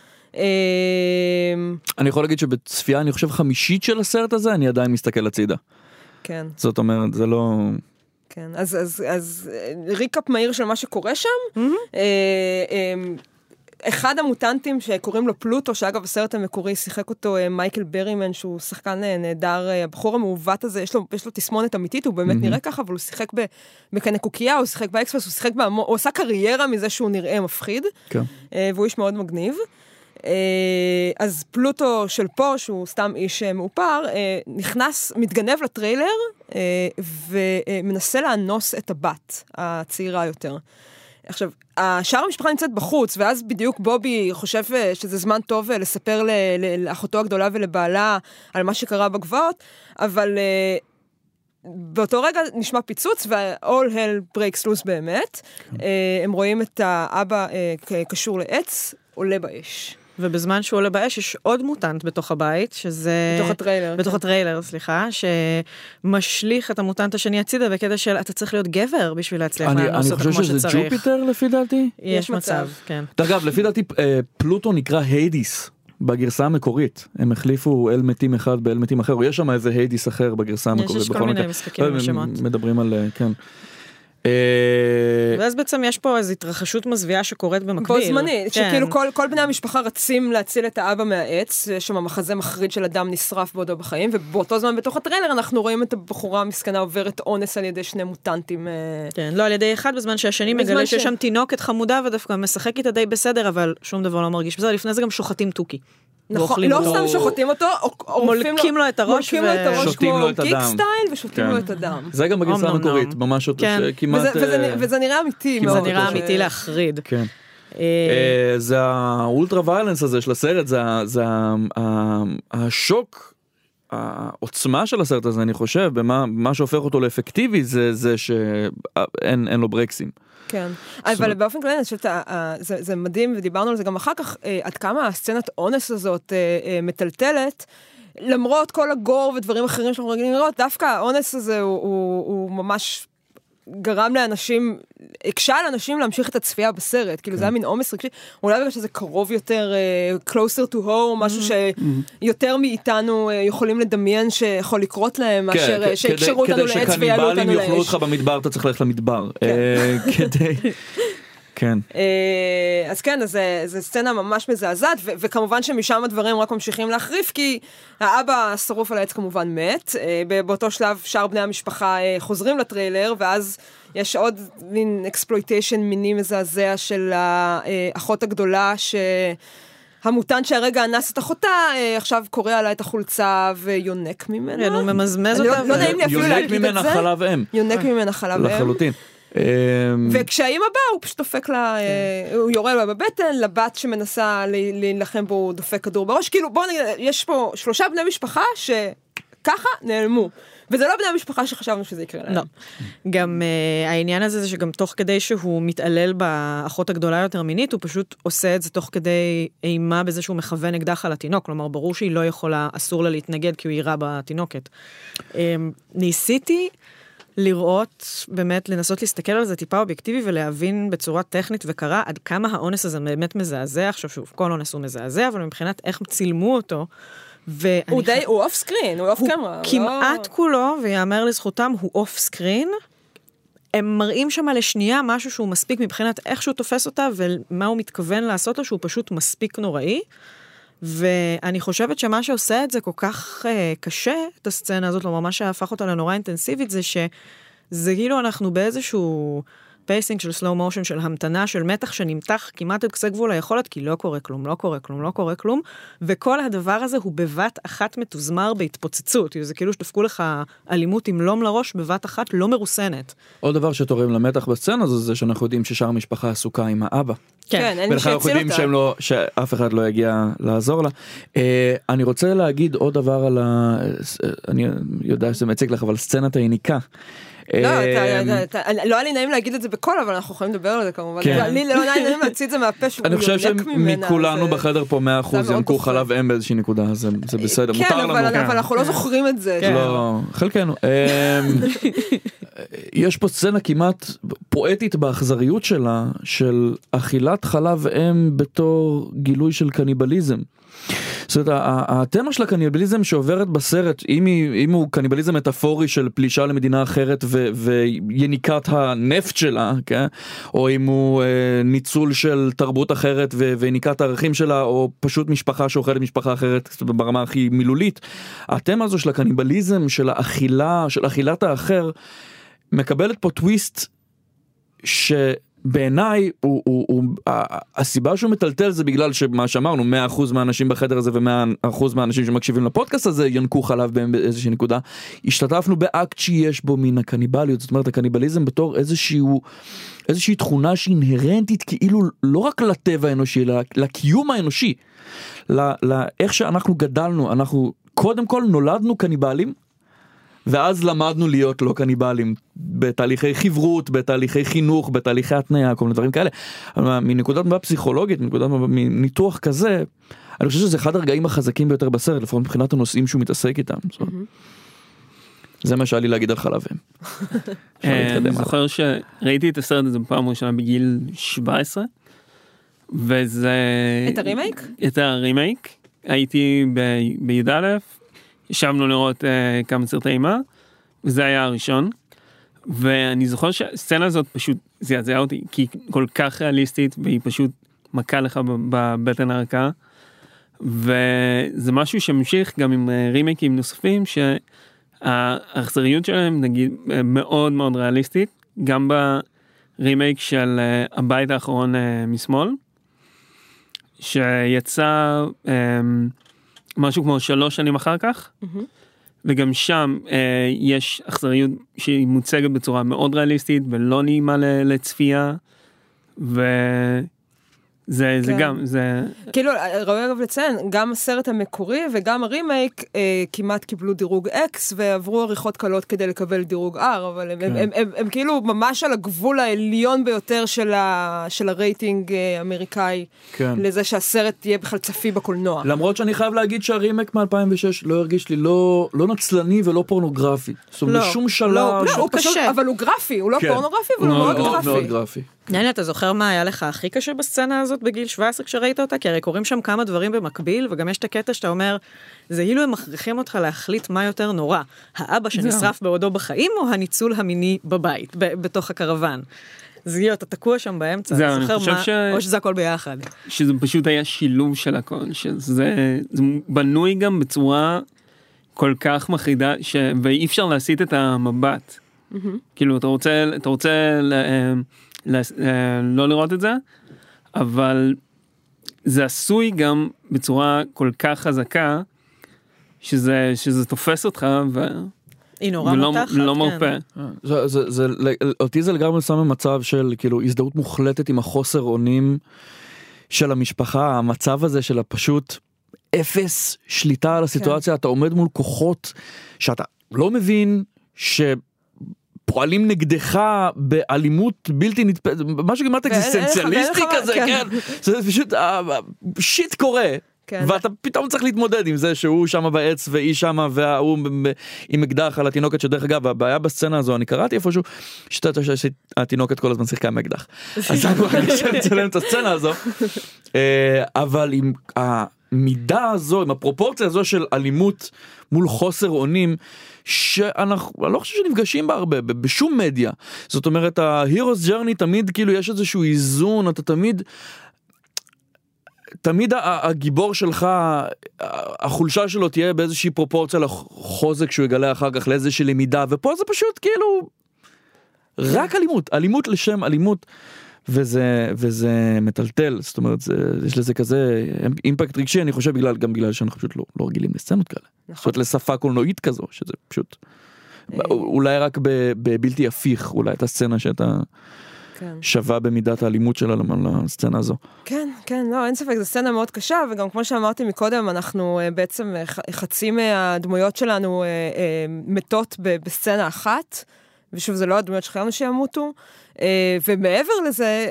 אני יכול להגיד שבצפייה, אני חושב חמישית של הסרט הזה, אני עדיין מסתכל הצידה. כן. זאת אומרת, זה לא... כן, אז, אז, אז ריקאפ מהיר של מה שקורה שם. Mm-hmm. אה, אה, אחד המוטנטים שקוראים לו פלוטו, שאגב הסרט המקורי שיחק אותו אה, מייקל ברימן, שהוא שחקן אה, נהדר, אה, הבחור המעוות הזה, יש לו, יש לו תסמונת אמיתית, הוא באמת mm-hmm. נראה ככה, אבל הוא שיחק בקנקוקיה, הוא שיחק באקספרס, הוא שיחק בהמו, הוא עשה קריירה מזה שהוא נראה מפחיד, כן. אה, והוא איש מאוד מגניב. אז פלוטו של פה, שהוא סתם איש מאופר, נכנס, מתגנב לטריילר, ומנסה לאנוס את הבת, הצעירה יותר. עכשיו, השאר המשפחה נמצאת בחוץ, ואז בדיוק בובי חושב שזה זמן טוב לספר לאחותו הגדולה ולבעלה על מה שקרה בגבעות, אבל באותו רגע נשמע פיצוץ, וה-all hell breaks loose באמת. הם רואים את האבא קשור לעץ, עולה באש. ובזמן שהוא עולה באש, יש עוד מוטנט בתוך הבית, שזה... בתוך הטריילר. בתוך הטריילר, סליחה, שמשליך את המוטנט השני הצידה, בקטע של, אתה צריך להיות גבר בשביל להצליח לאנוס אותו כמו שצריך. אני חושב שזה ג'ופיטר לפי דעתי? יש מצב, כן. אגב, לפי דעתי, פלוטו נקרא היידיס, בגרסה המקורית. הם החליפו אל מתים אחד באל מתים אחר, או יש שם איזה היידיס אחר בגרסה המקורית. יש כל מיני משחקים בשמות. מדברים על, כן. ואז בעצם יש פה איזו התרחשות מזוויעה שקורית במקביל. בו זמני, שכאילו כל בני המשפחה רצים להציל את האבא מהעץ, יש שם מחזה מחריד של אדם נשרף בעודו בחיים, ובאותו זמן בתוך הטריילר אנחנו רואים את הבחורה המסכנה עוברת אונס על ידי שני מוטנטים. כן, לא על ידי אחד, בזמן שהשני מגלה שיש שם תינוקת חמודה, ודווקא משחק איתה די בסדר, אבל שום דבר לא מרגיש בסדר. לפני זה גם שוחטים טוקי. נכון, לא סתם שוחטים אותו, מולקים לו את הראש כמו קיק סטייל ושותים לו את הדם. זה גם בגרסה המקורית, ממש כמעט... וזה נראה אמיתי. זה נראה אמיתי להחריד. כן. זה האולטרה ויילנס הזה של הסרט, זה השוק, העוצמה של הסרט הזה, אני חושב, מה שהופך אותו לאפקטיבי, זה שאין לו ברקסים. כן, אבל באופן כללי, אני חושבת, זה מדהים, ודיברנו על זה גם אחר כך, עד כמה הסצנת אונס הזאת מטלטלת, למרות כל הגור ודברים אחרים שאנחנו רגילים לראות, דווקא האונס הזה הוא ממש גרם לאנשים, הקשה על אנשים להמשיך את הצפייה בסרט, כאילו זה היה מין עומס רגשי, אולי בגלל שזה קרוב יותר, closer to home, משהו שיותר מאיתנו יכולים לדמיין שיכול לקרות להם, מאשר שיקשרו אותנו לעץ ויעלו אותנו לאש. כדי שקניבלים יאכלו אותך במדבר, אתה צריך ללכת למדבר. כדי... כן. אז כן, אז זו סצנה ממש מזעזעת, וכמובן שמשם הדברים רק ממשיכים להחריף, כי האבא שרוף על העץ כמובן מת, באותו שלב שאר בני המשפחה חוזרים לטריילר, ואז יש עוד מין אקספלויטיישן מיני מזעזע של האחות הגדולה, שהמוטנט שהרגע אנס את אחותה, עכשיו קורא עלה את החולצה ויונק ממנה. הוא ממזמז אותה. לא נעים לי אפילו להגיד את זה. יונק ממנה חלב אם. יונק ממנה חלב אם. לחלוטין. וכשהאמא באה הוא פשוט דופק לה, הוא יורה לה בבטן, לבת שמנסה להילחם בו הוא דופק כדור בראש, כאילו בואו נגיד, יש פה שלושה בני משפחה שככה נעלמו, וזה לא בני המשפחה שחשבנו שזה יקרה להם. לא. גם העניין הזה זה שגם תוך כדי שהוא מתעלל באחות הגדולה יותר מינית, הוא פשוט עושה את זה תוך כדי אימה בזה שהוא מכוון אקדח על התינוק, כלומר ברור שהיא לא יכולה, אסור לה להתנגד כי הוא יירה בתינוקת. ניסיתי לראות, באמת, לנסות להסתכל על זה טיפה אובייקטיבי ולהבין בצורה טכנית וקרה עד כמה האונס הזה באמת מזעזע. עכשיו שוב, כל אונס הוא מזעזע, אבל מבחינת איך צילמו אותו הוא די, הוא אוף סקרין, הוא אוף קמרה. כמעט כולו, ויאמר לזכותם, הוא אוף סקרין. הם מראים שם לשנייה משהו שהוא מספיק מבחינת איך שהוא תופס אותה, ומה הוא מתכוון לעשות לו, שהוא פשוט מספיק נוראי. ואני חושבת שמה שעושה את זה כל כך uh, קשה, את הסצנה הזאת, לא ממש שהפך אותה לנורא אינטנסיבית, זה שזה כאילו אנחנו באיזשהו פייסינג של סלואו מושן, של המתנה, של מתח שנמתח כמעט את קצה גבול היכולת, כי לא קורה כלום, לא קורה כלום, לא קורה כלום, וכל הדבר הזה הוא בבת אחת מתוזמר בהתפוצצות, זה כאילו שדפקו לך אלימות עם לום לראש, בבת אחת לא מרוסנת. עוד דבר שתורם למתח בסצנה הזה, זה שאנחנו יודעים ששאר המשפחה עסוקה עם האבא. כן, אין מי שיציל אותה. שהם לא, שאף אחד לא יגיע לעזור לה. אה, אני רוצה להגיד עוד דבר על ה... אני יודע שזה מציג לך, אבל סצנת היניקה. לא, לא היה לי נעים להגיד את זה בקול, אבל אנחנו יכולים לדבר על זה כמובן. לי לא היה נעים להציע את זה מהפה שהוא יונק ממנה. אני חושב שמכולנו בחדר פה מאה אחוז ינקו חלב אם באיזושהי נקודה, זה בסדר, מותר לנו. כן, אבל אנחנו לא זוכרים את זה. לא, חלקנו. יש פה סצנה כמעט פואטית באכזריות שלה, של אכילת חלב אם בתור גילוי של קניבליזם. זאת אומרת, התמה של הקניבליזם שעוברת בסרט, אם, היא, אם הוא קניבליזם מטאפורי של פלישה למדינה אחרת ו, ויניקת הנפט שלה, כן? או אם הוא אה, ניצול של תרבות אחרת ו, ויניקת הערכים שלה, או פשוט משפחה שאוכלת משפחה אחרת ברמה הכי מילולית, התמה הזו של הקניבליזם, של האכילה, של אכילת האחר, מקבלת פה טוויסט ש... בעיניי, הוא, הוא, הוא, הסיבה שהוא מטלטל זה בגלל שמה שאמרנו, מאה אחוז מהאנשים בחדר הזה ו-מאה אחוז מהאנשים שמקשיבים לפודקאסט הזה ינקו חלב בהם באיזושהי נקודה. השתתפנו באקט שיש בו מן הקניבליות, זאת אומרת, הקניבליזם בתור איזשהו, איזושהי תכונה שהיא אינהרנטית כאילו לא רק לטבע האנושי, אלא לקיום האנושי, לאיך שאנחנו גדלנו, אנחנו קודם כל נולדנו קניבלים, ואז למדנו להיות לא קניבלים, בתהליכי חברות, בתהליכי חינוך, בתהליכי התניה, כל מיני דברים כאלה. מנקודת מבט פסיכולוגית, מנקודת מבט ניתוח כזה, אני חושב שזה אחד הרגעים החזקים ביותר בסרט, לפחות מבחינת הנושאים שהוא מתעסק איתם. זה מה שהיה לי להגיד על חלב אם. אני זוכר שראיתי את הסרט הזה בפעם ראשונה בגיל שבע עשרה, וזה... את הרימייק? את הרימייק. הייתי בי"א, ישבנו לראות uh, כמה סרטי אימה, וזה היה הראשון, ואני זוכר שהסצנה הזאת פשוט זעזעה אותי, כי היא כל כך ריאליסטית, והיא פשוט מכה לך בבטן הרכה, וזה משהו שממשיך גם עם uh, רימייקים נוספים, שהאכזריות שלהם, נגיד, מאוד מאוד ריאליסטית, גם ברימייק של uh, הבית האחרון uh, משמאל, שיצא... Um, משהו כמו שלוש שנים אחר כך, mm-hmm. וגם שם אה, יש אכזריות שהיא מוצגת בצורה מאוד ריאליסטית, ולא נעימה לצפייה, וזה כן. זה גם, זה... כאילו, ראוי אגב לציין, גם הסרט המקורי וגם הרימייק אה, כמעט קיבלו דירוג X, ועברו עריכות קלות כדי לקבל דירוג R, אבל הם, כן. הם, הם, הם, הם כאילו ממש על הגבול העליון ביותר של, ה, של הרייטינג האמריקאי, כן. לזה שהסרט יהיה בכלל צפי בקולנוע. למרות שאני חייב להגיד שהרימייק מ-אלפיים ושש לא הרגיש לי לא, לא נצלני ולא פורנוגרפי. זאת אומרת, לא, שום שלב... לא, ש... לא, הוא קשה. אבל הוא גרפי, הוא לא כן. פורנוגרפי, אבל הוא מאוד, מאוד גרפי. מאוד גרפי. נעני, אתה זוכר מה היה לך הכי קשה בסצנה הזאת בגיל שבע עשרה כשראית אותה? כי הרי קוראים שם כמה דברים במקביל, וגם יש את הקטע שאתה אומר, זה אילו הם מכריחים אותך להחליט מה יותר נורא, האבא שנשרף בעודו בחיים, או הניצול המיני בבית, בתוך הקרוון. זהו, אתה תקוע שם באמצע, זה, אני חושב מה, ש... או שזה הכל ביחד. שזה פשוט היה שילוב של הכל, שזה זה בנוי גם בצורה כל כך מחרידה, ש... ואי אפשר להסיט את המבט. Mm-hmm. כאילו, אתה רוצה, אתה רוצה ל... לא לראות את זה, אבל זה עשוי גם בצורה כל כך חזקה, שזה, שזה תופס אותך, ו... היא נורא ולא, מותחת, לא כן. מרפא. זה, זה, זה, אותי זה לגמרי שם במצב של, כאילו, הזדהות מוחלטת עם החוסר אונים של המשפחה, המצב הזה של הפשוט אפס שליטה על הסיטואציה, כן. אתה עומד מול כוחות שאתה לא מבין ש... פועלים נגדך באלימות בלתי נתפסת, משהו כמעט אקזיסטנציאליסטי כזה, כן, זה פשוט, שיט קורה, ואתה פתאום צריך להתמודד עם זה שהוא שם בעץ והיא שם והוא עם אקדח על התינוקת, שדרך אגב, הבעיה בסצנה הזו, אני קראתי איפשהו, שהתינוקת כל הזמן שיחקה עם אקדח, אז אני חושב לצלם את הסצנה הזו, אבל עם המידה הזו, עם הפרופורציה הזו של אלימות מול חוסר אונים, שאנחנו, אני לא חושב שנפגשים בה הרבה, בשום מדיה. זאת אומרת, ה-Hero's Journey תמיד כאילו יש איזשהו איזון, אתה תמיד... תמיד הגיבור שלך, החולשה שלו תהיה באיזושהי פרופורציה לחוזק שהוא יגלה אחר כך לאיזושהי למידה, ופה זה פשוט כאילו רק אלימות, אלימות לשם אלימות, וזה, וזה מטלטל, זאת אומרת, זה, יש לזה כזה אימפקט רגשי, אני חושב בגלל, גם בגלל שאנחנו פשוט לא, לא רגילים לסצנות כאלה, זאת אומרת לשפה קולנועית כזו, שזה פשוט, אולי רק בבלתי הפיך, אולי את הסצנה שאתה... כן. שווה במידת האלימות שלה לסצנה הזו. כן, כן, לא, אין ספק, זו סצנה מאוד קשה, וגם כמו שאמרתי מקודם, אנחנו בעצם חצי מהדמויות שלנו מתות בסצנה אחת, ושוב, זה לא הדמויות שחיינו שימותו, ומעבר לזה,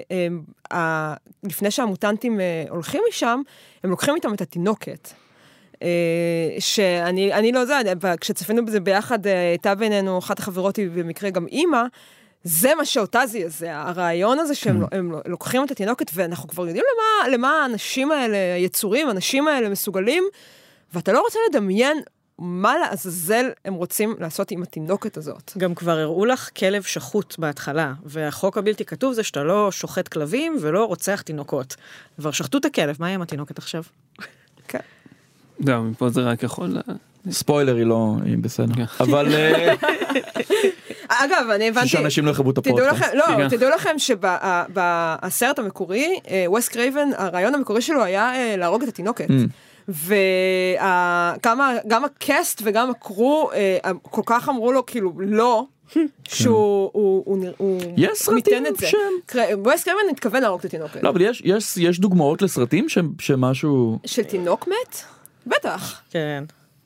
לפני שהמוטנטים הולכים משם, הם לוקחים איתם את התינוקת. שאני אני לא יודע, כשצפינו בזה ביחד, הייתה בינינו, אחת החברות היא במקרה גם אימא, זה מה שאותה זה, זה הרעיון הזה שהם הם לוקחים את התינוקת, ואנחנו כבר יודעים למה, למה האנשים האלה, היצורים, האנשים האלה מסוגלים, ואתה לא רוצה לדמיין מה לעזאזל הם רוצים לעשות עם התינוקת הזאת. גם כבר הראו לך כלב שחוט בהתחלה, והחוק הבלתי כתוב זה שאתה לא שוחט כלבים ולא רוצח תינוקות. כבר שחטו את הכלב, מה יהיה עם התינוקת עכשיו? כן. לא, מפה זה רק יכול... ספוילר היא לא, היא בסדר. אבל... אגב, אני הבנתי... שאנשים לא יחבו את הפודקאסט. לא, תדעו לכם שבסרט המקורי, וס קרייבן, הרעיון המקורי שלו היה להרוג את התינוקת. וגם הקאסט וגם הקרו, כל כך אמרו לו, כאילו, לא, שהוא מיתן את זה. וס קרייבן התכוון להרוג את התינוקת. לא, אבל יש דוגמאות לסרטים שמשהו... של תינוק מת? בטח. כן.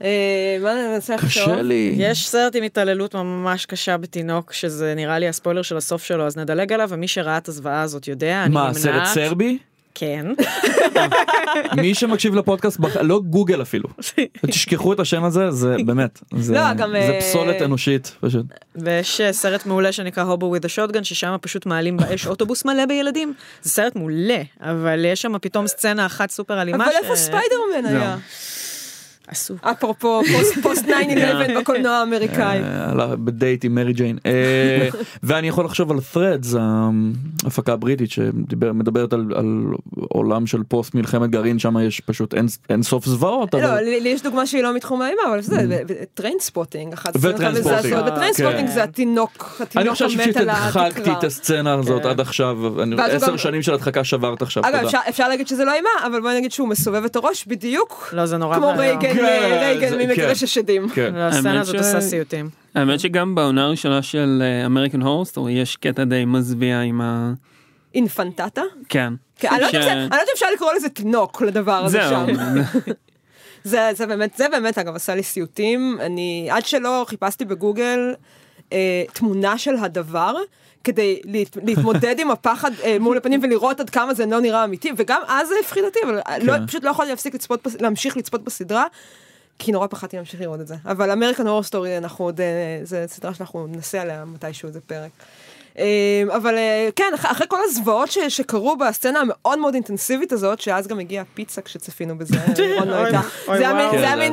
קשה לי. יש סרט עם התעללות ממש קשה בתינוק, שזה נראה לי הספוילר של הסוף שלו, אז נדלג עליו, ומי שראה את הזוועה הזאת יודע, מה, סרט סרבי? כן. מי שמקשיב לפודקאסט, לא גוגל אפילו. תשכחו את השם הזה, זה באמת, זה פסולת אנושית פשוט. ויש סרט מעולה שנקרא הובו with a shotgun, ששם פשוט מעלים באש אוטובוס מלא בילדים. זה סרט מעולה, אבל יש שם פתאום סצנה אחת סופר אלימה. אבל איפה ספיידרמן היה? עסוק. אפרופו פוסט תשע אחת עשר בקולנוע האמריקאי. בדייט עם מרי ג'יין. ואני יכול לחשוב על Threads, ההפקה הבריטית שמדברת על עולם של פוסט מלחמת גרעין, שם יש פשוט אין סוף זוועות. לא, לי יש דוגמה שהיא לא מתחום האימה, אבל זה טריינספוטינג. וטריינספוטינג. בטריינספוטינג זה התינוק, אני חושב שהדחקתי את הסצנה הזאת עד עכשיו, עשר שנים של הדחקה שברת עכשיו. אגב, אפשר להגיד שזה לא אימה, אבל בואי נגיד שהוא מסובב את הראש בדיוק. לא, זה נורא כמו רייגן, רייגן ממגרש השדים. הסצנה הזאת עושה סיוטים. האמת שגם בעונה הראשונה של אמריקן הורר סטורי יש קטע די מזוויע עם ה... אינפנטטה? כן. אני לא יודעת שאפשר לקרוא לזה תינוק לדבר הזה שם. זה באמת, זה באמת אגב עשה לי סיוטים. אני עד שלא חיפשתי בגוגל תמונה של הדבר, כדי להתמודד עם הפחד מול הפנים ולראות עד כמה זה לא נראה אמיתי, וגם אז זה הפחיד אותי, אבל פשוט לא יכולתי להמשיך לצפות בסדרה, כי נורא פחדתי להמשיך לראות את זה. אבל אמריקן הורר סטורי, אנחנו עוד, זה סדרה שאנחנו ננסה עליה מתישהו איזה פרק. אבל כן, אחרי כל הזוועות שקרו בסצנה המאוד מאוד אינטנסיבית הזאת, שאז גם הגיעה פיצה כשצפינו בזה, זה היה מין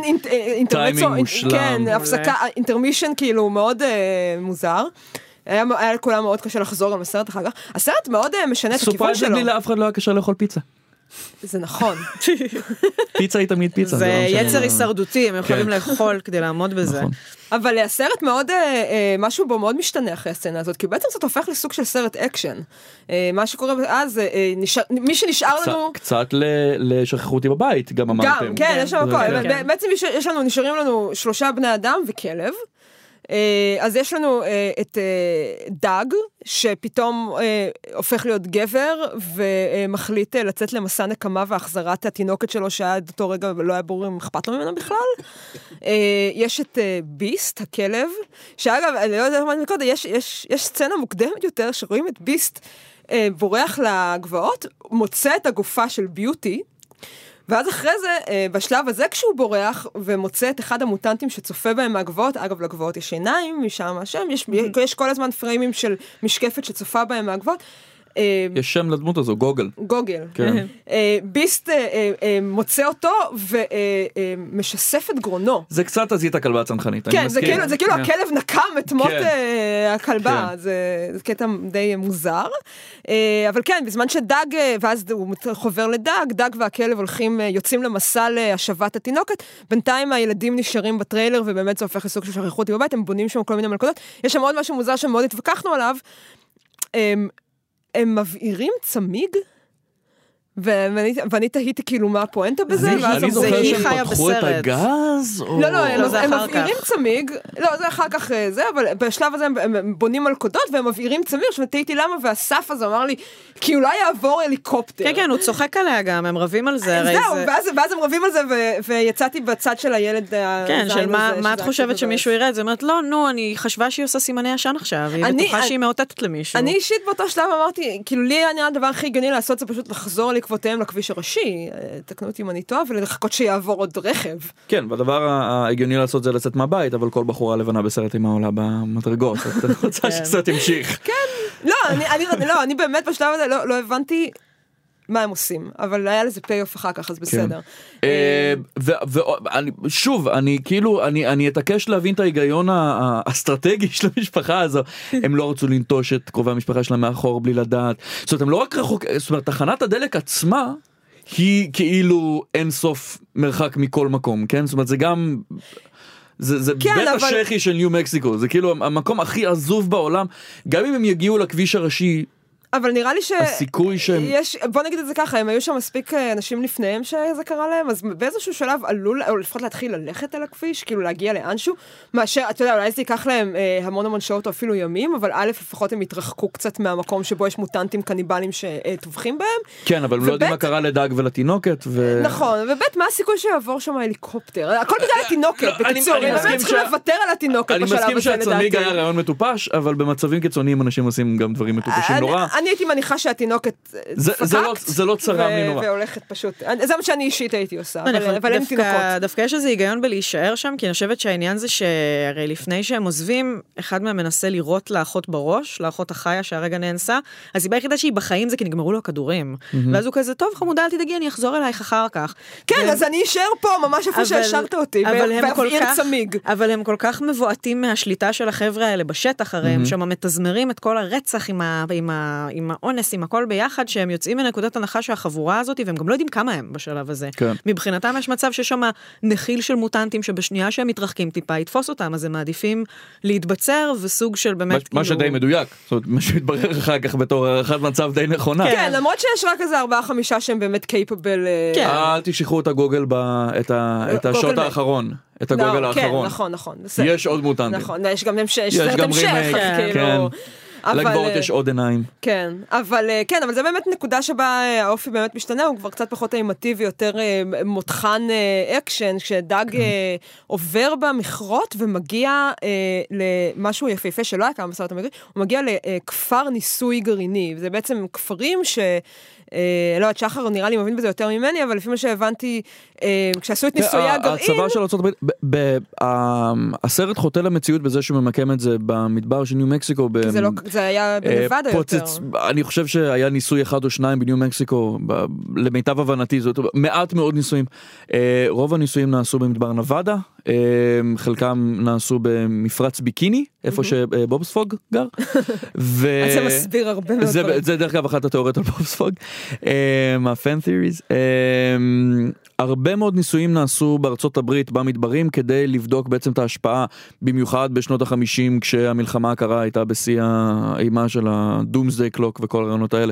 אינטרמישן כאילו מאוד מוזר. היה לכולם מאוד קשה לחזור גם לסרט אחר כך. הסרט מאוד משנה את הכיוון שלו. סופרייזלי לאף אחד לא היה קשה לאכול פיצה. זה נכון. פיצה היא תמיד פיצה. זה יצר הישרדותי, הם יכולים לאכול כדי לעמוד בזה. אבל הסרט מאוד, משהו בו מאוד משתנה אחרי הסצנה הזאת, כי בעצם זה הופך לסוג של סרט אקשן. מה שקורה אז, מי שנשאר לנו... קצת לשכחו אותי בבית, גם אמרתם. גם, כן, יש שם הכל. בעצם יש לנו, נשארים לנו שלושה בני אדם וכלב. אז יש לנו את דג, שפתאום הופך להיות גבר, ומחליט לצאת למסע נקמה והחזרת התינוקת שלו, שעד אותו רגע לא היה ברור אם אכפת לו ממנה בכלל. יש את ביסט, הכלב, שאגב, אני לא יודעת מה אני מקודם, יש, יש, יש סצנה מוקדמת יותר, שרואים את ביסט בורח לגבעות, מוצא את הגופה של ביוטי, ואז אחרי זה, בשלב הזה כשהוא בורח ומוצא את אחד המוטנטים שצופה בהם מהגבעות, אגב לגבעות יש עיניים, משם השם, יש, יש כל הזמן פריימים של משקפת שצופה בהם מהגבעות, יש שם לדמות הזו, גוגל. גוגל. ביסט מוצא אותו ומשסף את גרונו. זה קצת הזית הכלבה הצנחנית. כן, זה כאילו הכלב נקם את מות הכלבה, זה קטע די מוזר. אבל כן, בזמן שדג, ואז הוא חובר לדג, דג והכלב הולכים, יוצאים למסע להשבת התינוקת, בינתיים הילדים נשארים בטריילר, ובאמת זה הופך לסוג של שכחו בבית, הם בונים שם כל מיני מלכודות. יש שם עוד משהו מוזר שמאוד התווכחנו עליו, הם, הם מבעירים צמיג, ואני, ואני תהיתי כאילו מה הפואנטה בזה, ואז אני זוכר שהם פתחו את הגז, או... לא, לא, הם, הם מבעירים צמיג, לא, זה אחר כך זה, אבל בשלב הזה הם, הם בונים מלכודות, והם מבעירים צמיג, עכשיו תהיתי למה, והסף הזה אמר לי, כי אולי יעבור הליקופטר. כן, כן, הוא צוחק עליה גם, הם רבים על זה, הרי זהו, זה... ואז, ואז הם רבים על זה, ו, ויצאתי בצד של הילד כן, של מה, מה את חושבת שמישהו יראה את זה? אומרת, לא, נו, אני חשבה שהיא עושה סימני ישן עכשיו, היא בטוחה שהיא מאותתת למישהו. אני אישית באותו שלב אמרתי, כאילו לי היה הדבר הכי גני לעשות, זה פשוט לחזור לעקבותיהם לכביש הראשי, תקנו אותי אם אני טועה, ולחכות שיעבור עוד רכב. כן, והדבר ההגיוני לעשות זה לצאת מהבית, אבל כל בחורה לבנה בסרט עם העולה במדרגות, את רוצה שסרט ימשיך. כן, לא, אני באמת בשלב הזה לא הבנתי מה הם עושים, אבל היה לזה פי-אוף אחר כך, אז בסדר. ושוב, אני כאילו, אני אתעקש להבין את ההיגיון האסטרטגי של המשפחה הזו, הם לא רצו לנטוש את קרובי המשפחה שלהם מאחור בלי לדעת, זאת אומרת, הם לא רק רחוק, זאת אומרת, תחנת הדלק עצמה, היא כאילו אין סוף מרחק מכל מקום, כן? זאת אומרת, זה גם... זה, זה כן, בית אבל... השכי של ניו מקסיקו, זה כאילו המקום הכי עזוב בעולם, גם אם הם יגיעו לכביש הראשי, אבל נראה לי ש... הסיכוי שהם... יש, בוא נגיד את זה ככה, הם היו שם מספיק אנשים לפניהם שזה קרה להם, אז באיזשהו שלב עלו, או לפחות להתחיל ללכת על הכביש, כאילו להגיע לאנשהו, מאשר, אתה יודע, אולי זה ייקח להם אה, המון המון שעות או אפילו ימים, אבל א', לפחות הם יתרחקו קצת מהמקום שבו יש מוטנטים קניבלים שטובחים בהם. כן, אבל הם לא יודעים מה קרה לדג ולתינוקת, ו... נכון, וב', מה הסיכוי שיעבור שם ההליקופטר? הכל בגלל התינוקת, בקיצור, הם צריכים לוותר על התינוקת בשלב הזה, לדעתי. אני מסכים שהצמיג היה רעיון מטופש, אבל במצבים קיצוניים אנשים עושים גם דברים מטופשים נורא. אני הייתי מניחה שהתינוקת פקקט, זה לא צרם לי נורא. והולכת פשוט. זה מה שאני אישית הייתי עושה, אבל אין תינוקות. דווקא יש איזה היגיון בלהישאר שם, כי אני חושבת שהעניין זה שהרי לפני שהם עוזבים, אחד מהם מנסה לירות לאחות בראש, לאחות החיה שהרגע נאנסה, הסיבה היחידה שהיא בחיים זה כי נגמרו לו הכדורים. ואז הוא כזה, טוב חמודה, אל תדאגי, אני אחזור אלייך אחר כך. כן, אז אני אשאר פה, ממש איפה שהשארת אותי, ואבעיר צמיג. אבל הם כל כך מבועטים מהשליטה של החבר'ה האלה בשטח, הרי הם שם מתזמרים את כל הרצח עם האונס, עם הכל ביחד, שהם יוצאים מנקודת הנחה שהחבורה הזאת, והם גם לא יודעים כמה הם בשלב הזה. כן. מבחינתם יש מצב שיש שם נחיל של מוטנטים, שבשנייה שהם מתרחקים טיפה, יתפוס אותם, אז הם מעדיפים להתבצר, וסוג של באמת מה, כאילו... מה שדי מדויק, זאת אומרת, מה שהתברר אחר כך בתור הערכת מצב די נכונה. כן, כן, למרות שיש רק איזה ארבעה חמישה שהם באמת קייפבל... כן. אל תשכחו את הגוגל, ב... את, ה... את השוט האחרון. את הגוגל לא, האחרון. כן, נכון, נכון. יש עוד מוטנטים. נכון, יש גם המשך, יש גם רימייק, כן. לגבורת יש עוד עיניים. כן, אבל כן, אבל זה באמת נקודה שבה האופי באמת משתנה, הוא כבר קצת פחות אימטיבי, יותר מותחן אקשן, כשדג עובר במכרות ומגיע למשהו יפהפה שלא היה כמה מסעות המגרי, הוא מגיע לכפר ניסוי גרעיני, וזה בעצם כפרים ש... לא, את שחר נראה לי מבין בזה יותר ממני, אבל לפי מה שהבנתי, כשעשו את ניסויי הגרעין... הצבא של ארצות הברית, הסרט חוטא למציאות בזה שהוא ממקם את זה במדבר של ניו מקסיקו. זה היה בנבדה יותר. אני חושב שהיה ניסוי אחד או שניים בניו מקסיקו, למיטב הבנתי, זאת מעט מאוד ניסויים. רוב הניסויים נעשו במדבר נבדה, חלקם נעשו במפרץ ביקיני, איפה שבובספוג גר. זה מסביר הרבה מאוד דברים. זה דרך כלל אחת התיאוריות על בובספוג. מה-fan theories. הרבה מאוד ניסויים נעשו בארצות הברית במדברים כדי לבדוק בעצם את ההשפעה, במיוחד בשנות החמישים כשהמלחמה הקרה הייתה בשיא האימה של ה-Doomsday Clock וכל הרעיונות האלה.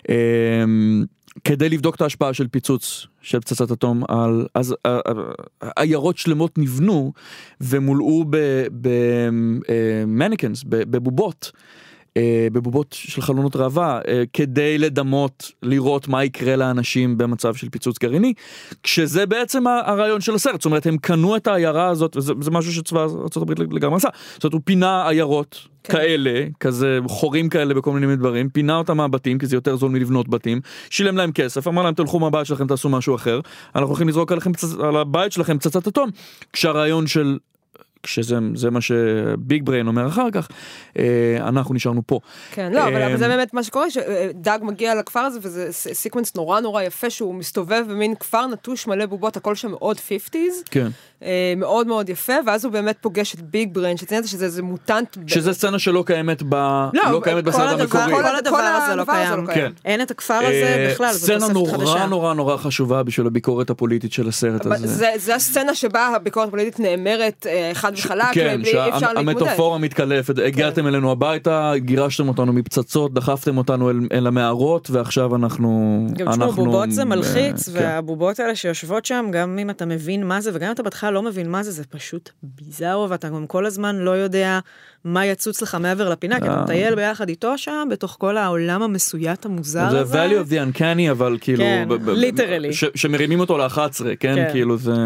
כדי לבדוק את ההשפעה של פיצוץ של פצצת אטום על, אז עיירות שלמות נבנו ומולאו במניקנס, בבובות. בבובות של חלונות ראווה, כדי לדמות, לראות מה יקרה לאנשים במצב של פיצוץ גרעיני, כשזה בעצם הרעיון של הסרט, זאת אומרת, הם קנו את העיירה הזאת, וזה זה משהו שצבא ארצות הברית לגמרי עשה, זאת אומרת, הוא פינה עיירות כן. כאלה, כזה חורים כאלה בכל מיני דברים, פינה אותם מהבתים, כי זה יותר זול מלבנות בתים, שילם להם כסף, אמר להם, תלכו מהבית שלכם, תעשו משהו אחר, אנחנו הולכים לזרוק עליכם, על הבית שלכם פצצת אטום, כשהרעיון של כשזה זה מה שביג בריין אומר אחר כך, אנחנו נשארנו פה. כן, לא, אבל זה באמת מה שקורה, שדאג מגיע לכפר הזה, וזה סיקוונס נורא נורא יפה, שהוא מסתובב במין כפר נטוש מלא בובות, הכל שם מאוד חמישים. כן. מאוד מאוד יפה, ואז הוא באמת פוגש את ביג בריין, שציינת שזה איזה מוטנט... שזה סצנה שלא קיימת בסרט המקורי. כל הדבר הזה לא קיים. אין את הכפר הזה בכלל, זאת סצנה נורא נורא נורא חשובה בשביל הביקורת הפוליטית של הסרט הזה. זה הסצנה שבה הביקורת הפוליטית נאמרת חד וחלק, כן, שהמטאפורה מתקלפת, הגעתם אלינו הביתה, גירשתם אותנו מפצצות, דחפתם אותנו אל המערות, ועכשיו אנחנו... גם תשמעו, בובות זה מלחיץ, והבובות האלה שיושבות שם, גם אם אתה מבין מה זה, וגם אם אתה בתחילה לא מבין מה זה, זה פשוט ביזארו, ואתה גם כל הזמן לא יודע מה יצוץ לך מעבר לפינה, כי אתה מטייל ביחד איתו שם, בתוך כל העולם המסויית המוזר הזה. זה value of the uncanny, אבל כאילו... כן, ליטרלי. שמרימים אותו ל-אחת עשרה, כן? כאילו זה...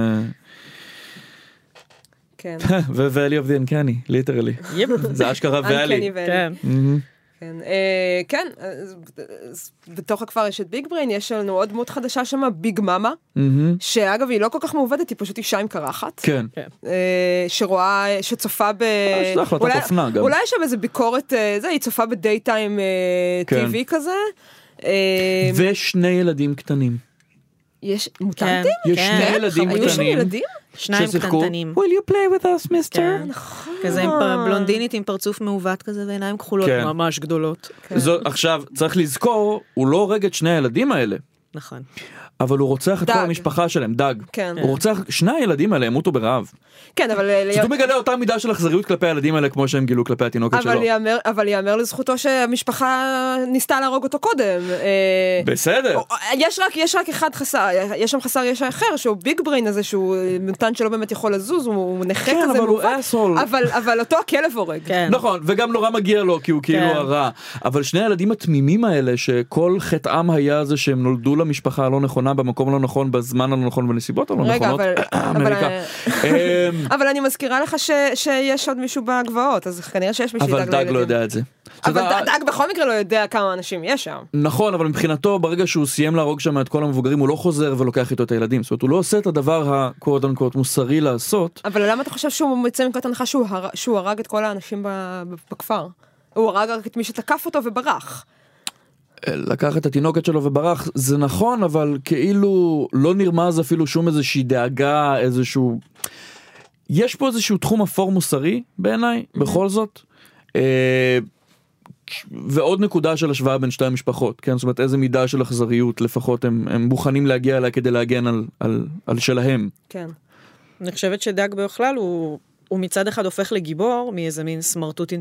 כן. ו-value of the uncanny, literally. זה אשכרה value. כן. כן, כן, בתוך הכפר יש את ביג בריין, יש לנו עוד דמות חדשה שם, ביג מאמה, שאגב היא לא כל כך מעובדת, היא פשוט אישה עם קרחת. כן. שרואה, שצופה ב... יש לה החלטת אופנה גם. אולי יש שם איזה ביקורת, זה, היא צופה בדייטיים טי-וי כזה. ושני ילדים קטנים. יש מוטנטים? יש שני ילדים קטנים. היו שם ילדים? שניים קטנטנים. will you play with us, mister? נכון. כזה עם בלונדינית עם פרצוף מעוות כזה ועיניים כחולות ממש גדולות. עכשיו, צריך לזכור, הוא לא הורג את שני הילדים האלה. נכון. אבל הוא רוצח את כל המשפחה שלהם, דג. הוא רוצח, שני הילדים האלה ימותו ברעב. כן, אבל... זאת הוא מגלה אותה מידה של אחזריות כלפי הילדים האלה, כמו שהם גילו כלפי התינוקת שלו. אבל יאמר לזכותו שהמשפחה ניסתה להרוג אותו קודם. בסדר. יש רק, יש רק אחד חסר, יש שם חסר ישע אחר, שהוא ביג בריין הזה, שהוא מוטנט שלא באמת יכול לזוז, הוא נכה כזה. כן, אבל הוא אסול. אבל אותו הכלב הורג. נכון, וגם נורא מגיע לו, כי הוא כאילו הרע. אבל שני הילדים התמימים האלה, שכל חטאם היה זה שהם נולדו למשפחה הלא נכונה, במקום לא נכון, בזמן הלא נכון, בנסיבות הלא נכונות. אבל אני מזכירה לך שיש עוד מישהו בגבעות, אז כנראה שיש מישהו אבל דג לא יודע את זה. אבל דג בכל מקרה לא יודע כמה אנשים יש שם. נכון, אבל מבחינתו, ברגע שהוא סיים להרוג שם את כל המבוגרים, הוא לא חוזר ולוקח איתו את הילדים. זאת אומרת, הוא לא עושה את הדבר הקוד אנקוד מוסרי לעשות. אבל למה אתה חושב שהוא מצא מנקודת הנחה שהוא הרג את כל האנשים בכפר? הוא הרג רק את מי שתקף אותו וברח. לקח את התינוקת שלו וברח, זה נכון, אבל כאילו לא נרמז אפילו שום איזושהי דאגה, איזשהו... יש פה איזשהו תחום אפור מוסרי בעיניי, בכל זאת. ועוד נקודה של השוואה בין שתי המשפחות, כן? זאת אומרת, איזה מידה של אכזריות לפחות הם, הם מוכנים להגיע אליה כדי להגן על, על, על שלהם. כן. אני חושבת שדג בכלל הוא... הוא מצד אחד הופך לגיבור, מאיזה מין סמרטוטי,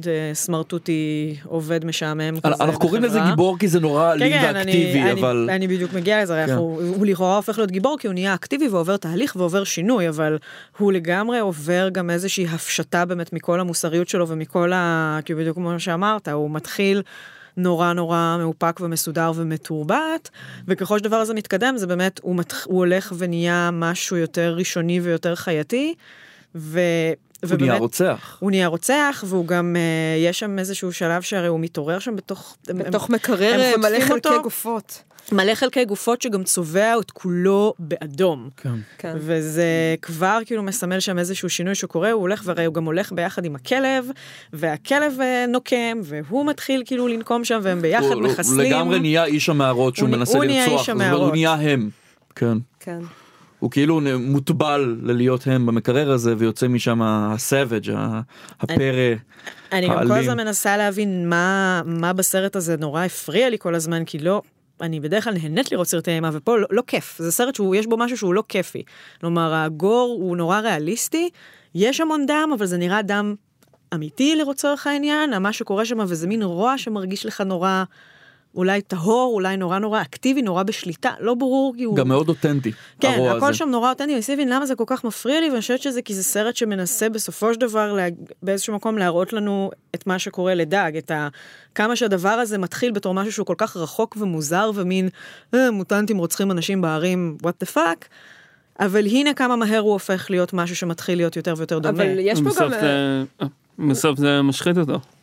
סמרטוטי עובד משעמם כזה בחברה. אנחנו קוראים לזה גיבור כי זה נורא אלים ואקטיבי, אבל... אני בדיוק מגיע לזה, הוא לכאורה הופך להיות גיבור כי הוא נהיה אקטיבי ועובר תהליך ועובר שינוי, אבל הוא לגמרי עובר גם איזושהי הפשטה באמת מכל המוסריות שלו ומכל ה... כי בדיוק כמו שאמרת, הוא מתחיל... נורא נורא מאופק ומסודר ומתורבת, וככל שדבר הזה מתקדם, זה באמת, הוא, מתח... הוא הולך ונהיה משהו יותר ראשוני ויותר חייתי, ו... הוא נהיה רוצח. הוא נהיה רוצח, והוא גם, יש שם איזשהו שלב שהרי הוא מתעורר שם בתוך... בתוך מקרר מלא חלקי גופות. מלא חלקי גופות שגם צובע את כולו באדום. כן. כן. וזה כבר כאילו מסמל שם איזשהו שינוי שקורה, הוא הולך, והרי הוא גם הולך ביחד עם הכלב, והכלב נוקם, והוא מתחיל כאילו לנקום שם, והם ביחד הוא, מחסלים. הוא לגמרי נהיה איש המערות שהוא מנסה הוא לרצוח. נהיה איש המערות. הוא נהיה הם. כן. כן. הוא כאילו מוטבל ללהיות הם במקרר הזה, ויוצא משם הסאביג', הפרא, אני גם כל הזמן מנסה להבין מה, מה בסרט הזה נורא הפריע לי כל הזמן, כי לא, אני בדרך כלל נהנית לראות סרטי אימה, ופה לא, לא כיף. זה סרט שיש בו משהו שהוא לא כיפי. כלומר, הגור הוא נורא ריאליסטי, יש המון דם, אבל זה נראה דם אמיתי לצורך העניין, מה שקורה שם, וזה מין רוע שמרגיש לך נורא... אולי טהור, אולי נורא נורא אקטיבי, נורא בשליטה, לא ברור כי הוא... גם מאוד אותנטי, כן, הכל הזה. שם נורא אותנטי, אני סיבין למה זה כל כך מפריע לי, ואני חושבת שזה כי זה סרט שמנסה בסופו של דבר לה... באיזשהו מקום להראות לנו את מה שקורה לדג, את ה... כמה שהדבר הזה מתחיל בתור משהו שהוא כל כך רחוק ומוזר, ומין אה, מוטנטים רוצחים אנשים בערים, what the fuck, אבל הנה כמה מהר הוא הופך להיות משהו שמתחיל להיות יותר ויותר דומה. אבל יש פה גם... בסוף זה משחית אותו.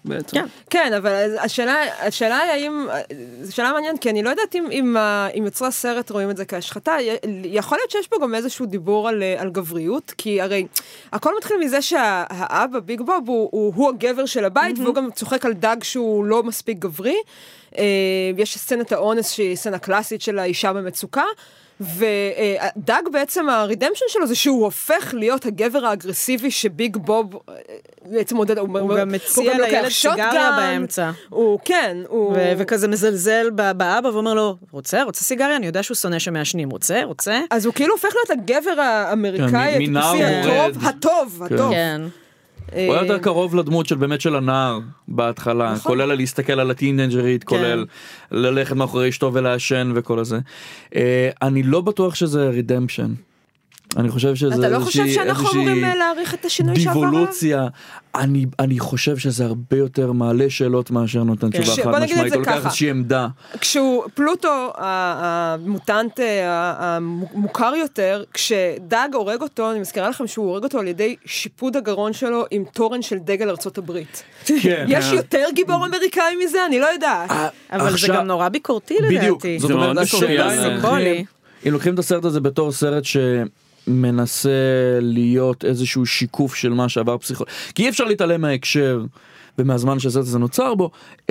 בעצם. כן, אבל השאלה, השאלה היא האם, זו שאלה מעניינת, כי אני לא יודעת אם, אם, אם יוצרי הסרט רואים את זה כהשחתה, יכול להיות שיש פה גם איזשהו דיבור על, על גבריות, כי הרי הכל מתחיל מזה שהאבא, ביג בוב, הוא, הוא, הוא הגבר של הבית, mm-hmm. והוא גם צוחק על דג שהוא לא מספיק גברי. יש סצנת האונס שהיא סצנה קלאסית של האישה במצוקה, ודג בעצם הרידמפשן שלו זה שהוא הופך להיות הגבר האגרסיבי שביג בוב בעצם מודד, הוא גם מציע לילד סיגריה באמצע. הוא, כן. וכזה מזלזל באבא ואומר לו, רוצה? רוצה סיגריה? אני יודע שהוא שונא שמעשנים. רוצה? רוצה? אז הוא כאילו הופך להיות הגבר האמריקאי, הטיפוסי הטוב, הטוב, הטוב. כן. הוא היה יותר קרוב לדמות של באמת של הנער בהתחלה, כולל להסתכל על הטינג'רית, כולל ללכת מאחורי אשתו ולעשן וכל הזה. אני לא בטוח שזה רידמפשן. אני חושב שזה אתה לא חושב שאנחנו אמורים להעריך את השינוי שעבר? דיבולוציה. אני, אני חושב שזה הרבה יותר מעלה שאלות מאשר נותן תשובה חד משמעית, הוא לוקח איזושהי עמדה. כשהוא, פלוטו, המוטנט המוכר יותר, כשדג הורג אותו, אני מזכירה לכם שהוא הורג אותו על ידי שיפוד הגרון שלו עם תורן של דגל ארצות הברית. יש יותר גיבור אמריקאי מזה? אני לא יודעת. אבל זה גם נורא ביקורתי לדעתי. בדיוק, זאת אומרת, אם לוקחים את הסרט הזה בתור סרט ש... מנסה להיות איזשהו שיקוף של מה שעבר פסיכולוגיה, כי אי אפשר להתעלם מההקשר ומהזמן שהסרט הזה נוצר בו.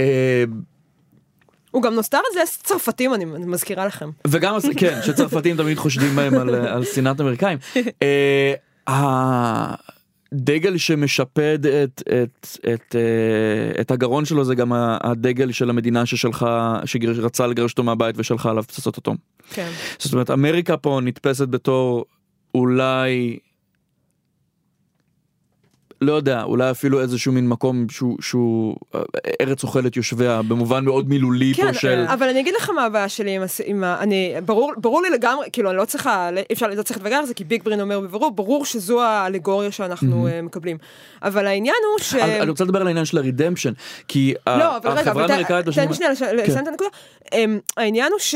הוא גם נוסטר את זה צרפתים, אני מזכירה לכם. וגם, כן, שצרפתים תמיד חושדים בהם על שנאת אמריקאים. הדגל שמשפד את, את, את, את הגרון שלו זה גם הדגל של המדינה ששלחה, שרצה לגרש אותו מהבית ושלחה עליו פצצות אטום. כן. זאת אומרת, אמריקה פה נתפסת בתור אולי, לא יודע, אולי אפילו איזשהו מין מקום שהוא, שהוא ארץ אוכלת יושביה, במובן מאוד מילולי כן, פה של... אבל אני אגיד לך מה הבעיה שלי עם, עם אני, ברור, ברור לי לגמרי, כאילו אני לא צריכה, אפשר, לא צריך לדבר על זה, כי ביג ברין אומר בברור, ברור שזו האלגוריה שאנחנו mm-hmm. מקבלים. אבל העניין הוא ש... אני, אני רוצה לדבר על העניין של הרידמפשן, כי לא, אבל רגע, החברה האמריקאית... תן שנייה לסיים את הנקודה. העניין הוא ש...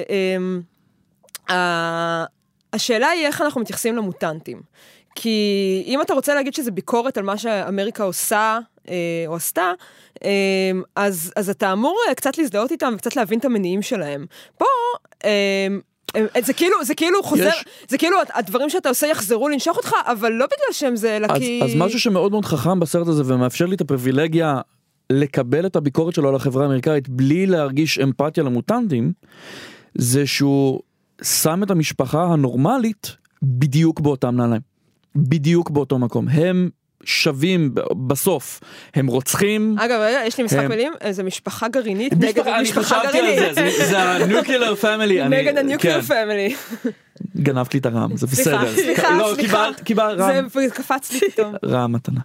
השאלה היא איך אנחנו מתייחסים למוטנטים. כי אם אתה רוצה להגיד שזה ביקורת על מה שאמריקה עושה, או עשתה, אז, אז אתה אמור קצת להזדהות איתם, וקצת להבין את המניעים שלהם. פה, זה כאילו, זה כאילו חוזר, יש... זה כאילו הדברים שאתה עושה יחזרו לנשוך אותך, אבל לא בגלל שהם זה, אלא כי... אז משהו שמאוד מאוד חכם בסרט הזה, ומאפשר לי את הפריבילגיה לקבל את הביקורת שלו על החברה האמריקאית, בלי להרגיש אמפתיה למוטנטים, זה שהוא שם את המשפחה הנורמלית בדיוק באותם נעליים. בדיוק באותו מקום. הם שווים בסוף. הם רוצחים. אגב, יש לי משחק מילים, זה משפחה גרעינית נגד משפחה גרעינית. זה ה-nuclear family. נגד ה-nuclear family. גנבת לי את הרעם, זה בסדר. סליחה, לא, קיבלת, קיבלת רעם. זה קפץ לי פתאום. רעם מתנה.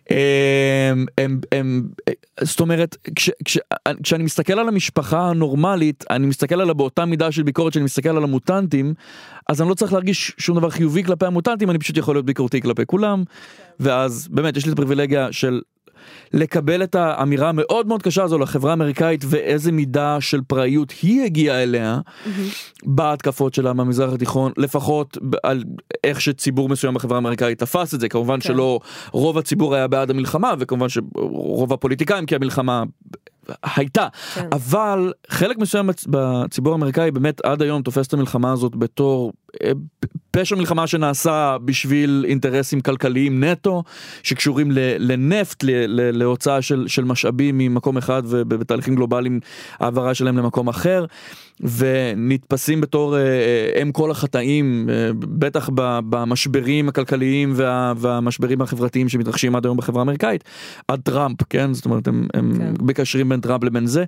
זאת אומרת, כשאני מסתכל על המשפחה הנורמלית, אני מסתכל עליה באותה מידה של ביקורת שאני מסתכל על המוטנטים, אז אני לא צריך להרגיש שום דבר חיובי כלפי המוטנטים, אני פשוט יכול להיות ביקורתי כלפי כולם, ואז באמת יש לי את הפריבילגיה של לקבל את האמירה המאוד מאוד קשה הזו לחברה האמריקאית ואיזה מידה של פראיות היא הגיעה אליה mm-hmm. בהתקפות שלה מהמזרח התיכון, לפחות על איך שציבור מסוים בחברה האמריקאית תפס את זה, כמובן כן. שלא רוב הציבור היה בעד המלחמה, וכמובן שרוב הפוליטיקאים כי המלחמה הייתה, כן. אבל חלק מסוים בציבור האמריקאי באמת עד היום תופס את המלחמה הזאת בתור פשע מלחמה שנעשה בשביל אינטרסים כלכליים נטו, שקשורים לנפט, להוצאה של, של משאבים ממקום אחד ובתהליכים גלובליים העברה שלהם למקום אחר, ונתפסים בתור הם כל החטאים, בטח במשברים הכלכליים וה, והמשברים החברתיים שמתרחשים עד היום בחברה האמריקאית, עד טראמפ, כן? זאת אומרת, הם, הם כן. בקשרים בין טראמפ לבין זה.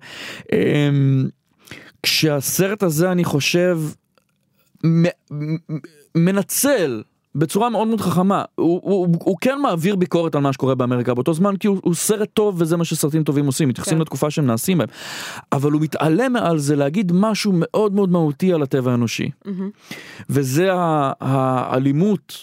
כשהסרט הזה, אני חושב, מנצל בצורה מאוד מאוד חכמה, הוא, הוא, הוא כן מעביר ביקורת על מה שקורה באמריקה באותו זמן, כי הוא, הוא סרט טוב וזה מה שסרטים טובים עושים, מתייחסים כן. לתקופה שהם נעשים בהם, אבל הוא מתעלם מעל זה להגיד משהו מאוד מאוד מהותי על הטבע האנושי, mm-hmm. וזה האלימות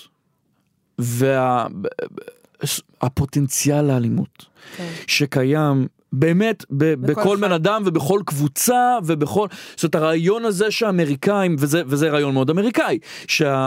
והפוטנציאל לאלימות כן. שקיים באמת ב- בכל בן אדם ובכל קבוצה ובכל, זאת אומרת הרעיון הזה שהאמריקאים, וזה, וזה רעיון מאוד אמריקאי,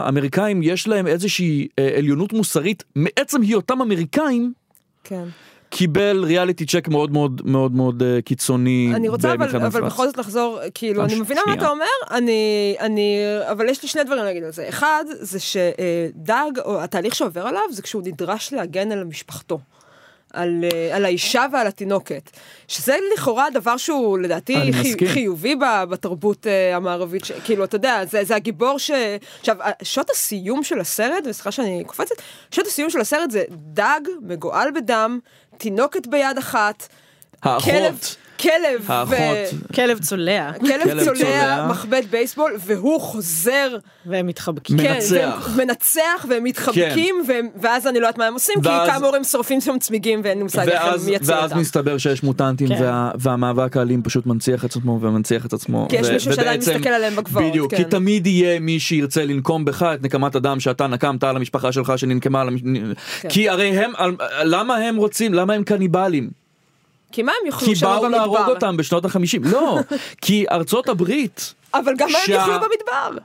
שהאמריקאים יש להם איזושהי אה, עליונות מוסרית מעצם היותם אמריקאים, כן. קיבל ריאליטי צ'ק מאוד מאוד מאוד מאוד קיצוני. אני רוצה אבל, אבל בכל זאת לחזור, כאילו, אני מבינה מה אתה אומר, אני, אני, אבל יש לי שני דברים להגיד על זה. אחד, זה שדאג, או התהליך שעובר עליו, זה כשהוא נדרש להגן על משפחתו. על, על האישה ועל התינוקת. שזה לכאורה דבר שהוא לדעתי חי, חיובי בתרבות המערבית. ש, כאילו, אתה יודע, זה, זה הגיבור ש... עכשיו, שעות הסיום של הסרט, וסליחה שאני קופצת, שעות הסיום של הסרט זה דג, מגועל בדם, תינוקת ביד אחת, האחות. כלב, כלב, האחות. ו... כלב צולע. כלב צולע, מחבט בייסבול, והוא חוזר. והם מתחבקים. מנצח. כן, מנצח, והם מתחבקים, והם, ואז אני לא יודעת מה הם עושים, ואז, כי כמה הם שורפים שם צמיגים, ואין לי מושג איך הם מייצרים אותם. ואז מסתבר שיש מוטנטים, כן. וה, והמאבק האלים פשוט מנציח את עצמו, ומנציח את עצמו. כי יש ו- מישהו שעדיין מסתכל עליהם בגבעות. בדיוק, כן. כי תמיד יהיה מי שירצה לנקום בך את נקמת הדם שאתה נקמת על המשפחה שלך, שננקמה על... כן. כי הרי הם, למה הם רוצים, למה הם קניבלים? כי מה הם יוכלו כי שם במדבר? כי באו להרוג אותם בשנות החמישים. לא, כי ארצות הברית... אבל גם שה... הם יוכלו במדבר.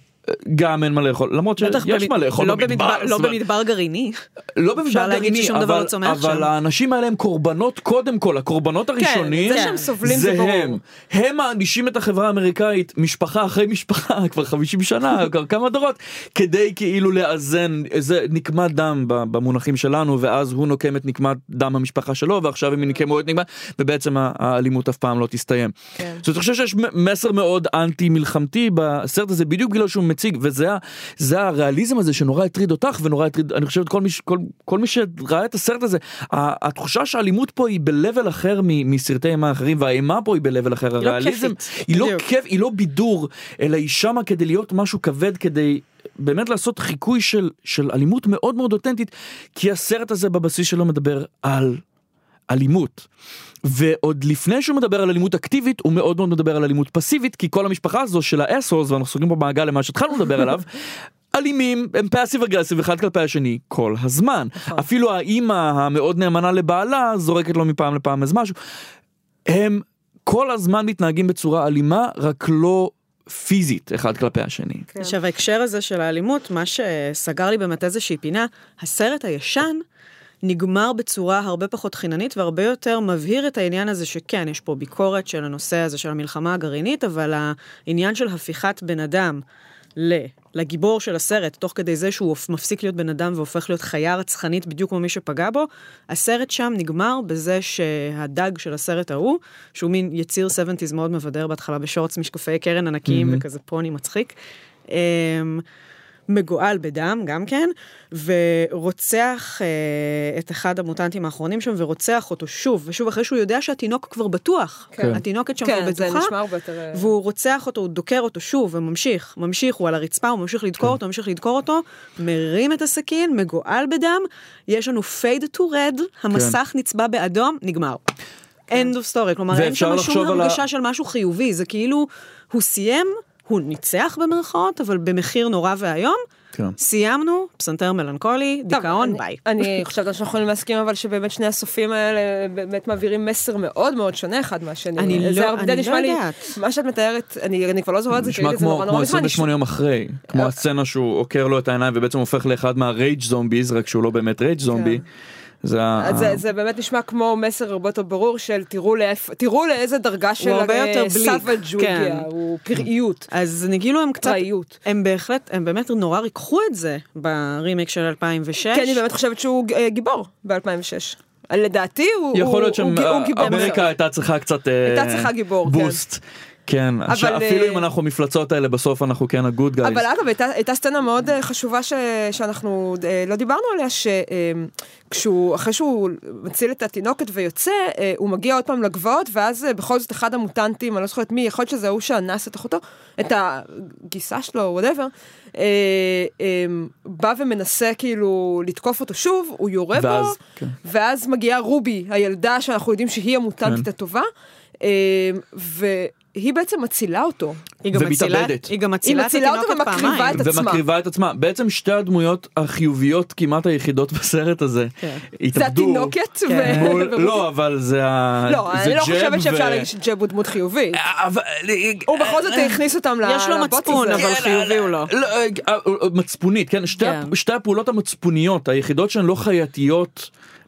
גם אין מה לאכול, למרות שיש מה לאכול במדבר. לא במדבר גריני. לא במדבר גריני, אבל האנשים האלה הם קורבנות, קודם כל, הקורבנות הראשונים, זה הם. הם מענישים את החברה האמריקאית, משפחה אחרי משפחה, כבר חמישים שנה, כמה דורות, כדי כאילו לאזן איזה נקמת דם במונחים שלנו, ואז הוא נוקם את נקמת דם המשפחה שלו, ועכשיו הם נקמו את נקמת, ובעצם האלימות אף פעם לא תסתיים. זאת אומרת, אני חושב שיש מסר מאוד אנטי מלחמתי בסרט הזה, בדיוק בגלל שהוא מציג, וזה זה הריאליזם הזה שנורא הטריד אותך, ונורא הטריד, אני חושבת, כל מי, כל, כל מי שראה את הסרט הזה, התחושה שהאלימות פה היא בלבל אחר מסרטי אימה אחרים, והאימה פה היא בלבל אחר, הריאליזם, היא לא כיף, היא לא בידור, אלא היא שמה כדי להיות משהו כבד, כדי באמת לעשות חיקוי של, של אלימות מאוד מאוד אותנטית, כי הסרט הזה בבסיס שלו מדבר על אלימות. ועוד לפני שהוא מדבר על אלימות אקטיבית, הוא מאוד מאוד מדבר על אלימות פסיבית, כי כל המשפחה הזו של האסוס, ואנחנו סוגרים פה מעגל למה שהתחלנו לדבר עליו, אלימים, הם פאסיב אגרסיב אחד כלפי השני כל הזמן. אפילו האימא המאוד נאמנה לבעלה, זורקת לו מפעם לפעם איזה משהו. הם כל הזמן מתנהגים בצורה אלימה, רק לא פיזית אחד כלפי השני. עכשיו, ההקשר הזה של האלימות, מה שסגר לי באמת איזושהי פינה, הסרט הישן, נגמר בצורה הרבה פחות חיננית, והרבה יותר מבהיר את העניין הזה שכן, יש פה ביקורת של הנושא הזה של המלחמה הגרעינית, אבל העניין של הפיכת בן אדם לגיבור של הסרט, תוך כדי זה שהוא מפסיק להיות בן אדם והופך להיות חיה רצחנית בדיוק כמו מי שפגע בו, הסרט שם נגמר בזה שהדג של הסרט ההוא, שהוא מין יציר שבעים מאוד מבדר בהתחלה בשורץ משקפי קרן ענקיים וכזה פוני מצחיק, מגועל בדם, גם כן, ורוצח אה, את אחד המוטנטים האחרונים שם, ורוצח אותו שוב, ושוב אחרי שהוא יודע שהתינוק כבר בטוח, כן. התינוקת שם כן, כבר בטוחה, זה נשמע הרבה יותר... והוא רוצח אותו, הוא דוקר אותו שוב, וממשיך, ממשיך, הוא על הרצפה, הוא ממשיך לדקור כן. אותו, ממשיך לדקור אותו, מרים את הסכין, מגועל בדם, יש לנו fade to red, המסך כן. נצבע באדום, נגמר. כן. end of story, כלומר, אין שם שום הרגשה ה... של משהו חיובי, זה כאילו, הוא סיים, הוא ניצח במרכאות, אבל במחיר נורא והיום, כן. סיימנו, פסנתר מלנכולי, דיכאון, ביי. אני חושבת שאנחנו יכולים להסכים, אבל שבאמת שני הסופים האלה באמת מעבירים מסר מאוד מאוד שונה אחד מהשני. אני לא, אני לא יודעת. מה שאת מתארת, אני כבר לא זוכרת, זה כאילו זה נורא נורא כמו עשרים ושמונה יום אחרי, כמו הסצנה שהוא עוקר לו את העיניים, ובעצם הופך לאחד מהרייג' זומביז, רק שהוא לא באמת רייג' זומבי. זה, זה, זה באמת נשמע כמו מסר הרבה יותר ברור של תראו, לאיפ, תראו לאיזה דרגה של סאבג' הוא הגיע, הוא פראיות. אז נגילו הם קצת, הם בהחלט, הם באמת נורא ריקחו את זה ברימייק של אלפיים ושש. כן, אני באמת חושבת שהוא גיבור ב-אלפיים ושש. לדעתי הוא גיבור. יכול להיות שאמריקה הייתה צריכה קצת בוסט. כן, אפילו אם אנחנו מפלצות האלה, בסוף אנחנו כן הגוד גייז. אבל אגב, הייתה סצנה מאוד חשובה שאנחנו לא דיברנו עליה, שכשהוא, אחרי שהוא מציל את התינוקת ויוצא, הוא מגיע עוד פעם לגבעות, ואז בכל זאת אחד המוטנטים, אני לא זוכרת מי, יכול להיות שזה הוא שאנס את אחותו, את הגיסה שלו, whatever, בא ומנסה כאילו לתקוף אותו שוב, הוא יורה בו, ואז מגיעה רובי, הילדה שאנחנו יודעים שהיא המוטנטית הטובה, ו... היא בעצם מצילה אותו. היא גם מצילה, היא גם מצילה, היא מצילה אותו ומקריבה את עצמה. ומקריבה את עצמה. בעצם שתי הדמויות החיוביות כמעט היחידות בסרט הזה. זה התינוקת ו... לא, אבל זה ה... לא, אני לא חושבת שאפשר להגיד שג'ב הוא דמות חיובית. הוא בכל זאת הכניס אותם לבוט הזה. יש לו מצפון, אבל חיובי הוא לא. מצפונית, כן. שתי הפעולות המצפוניות, היחידות שהן לא חייתיות,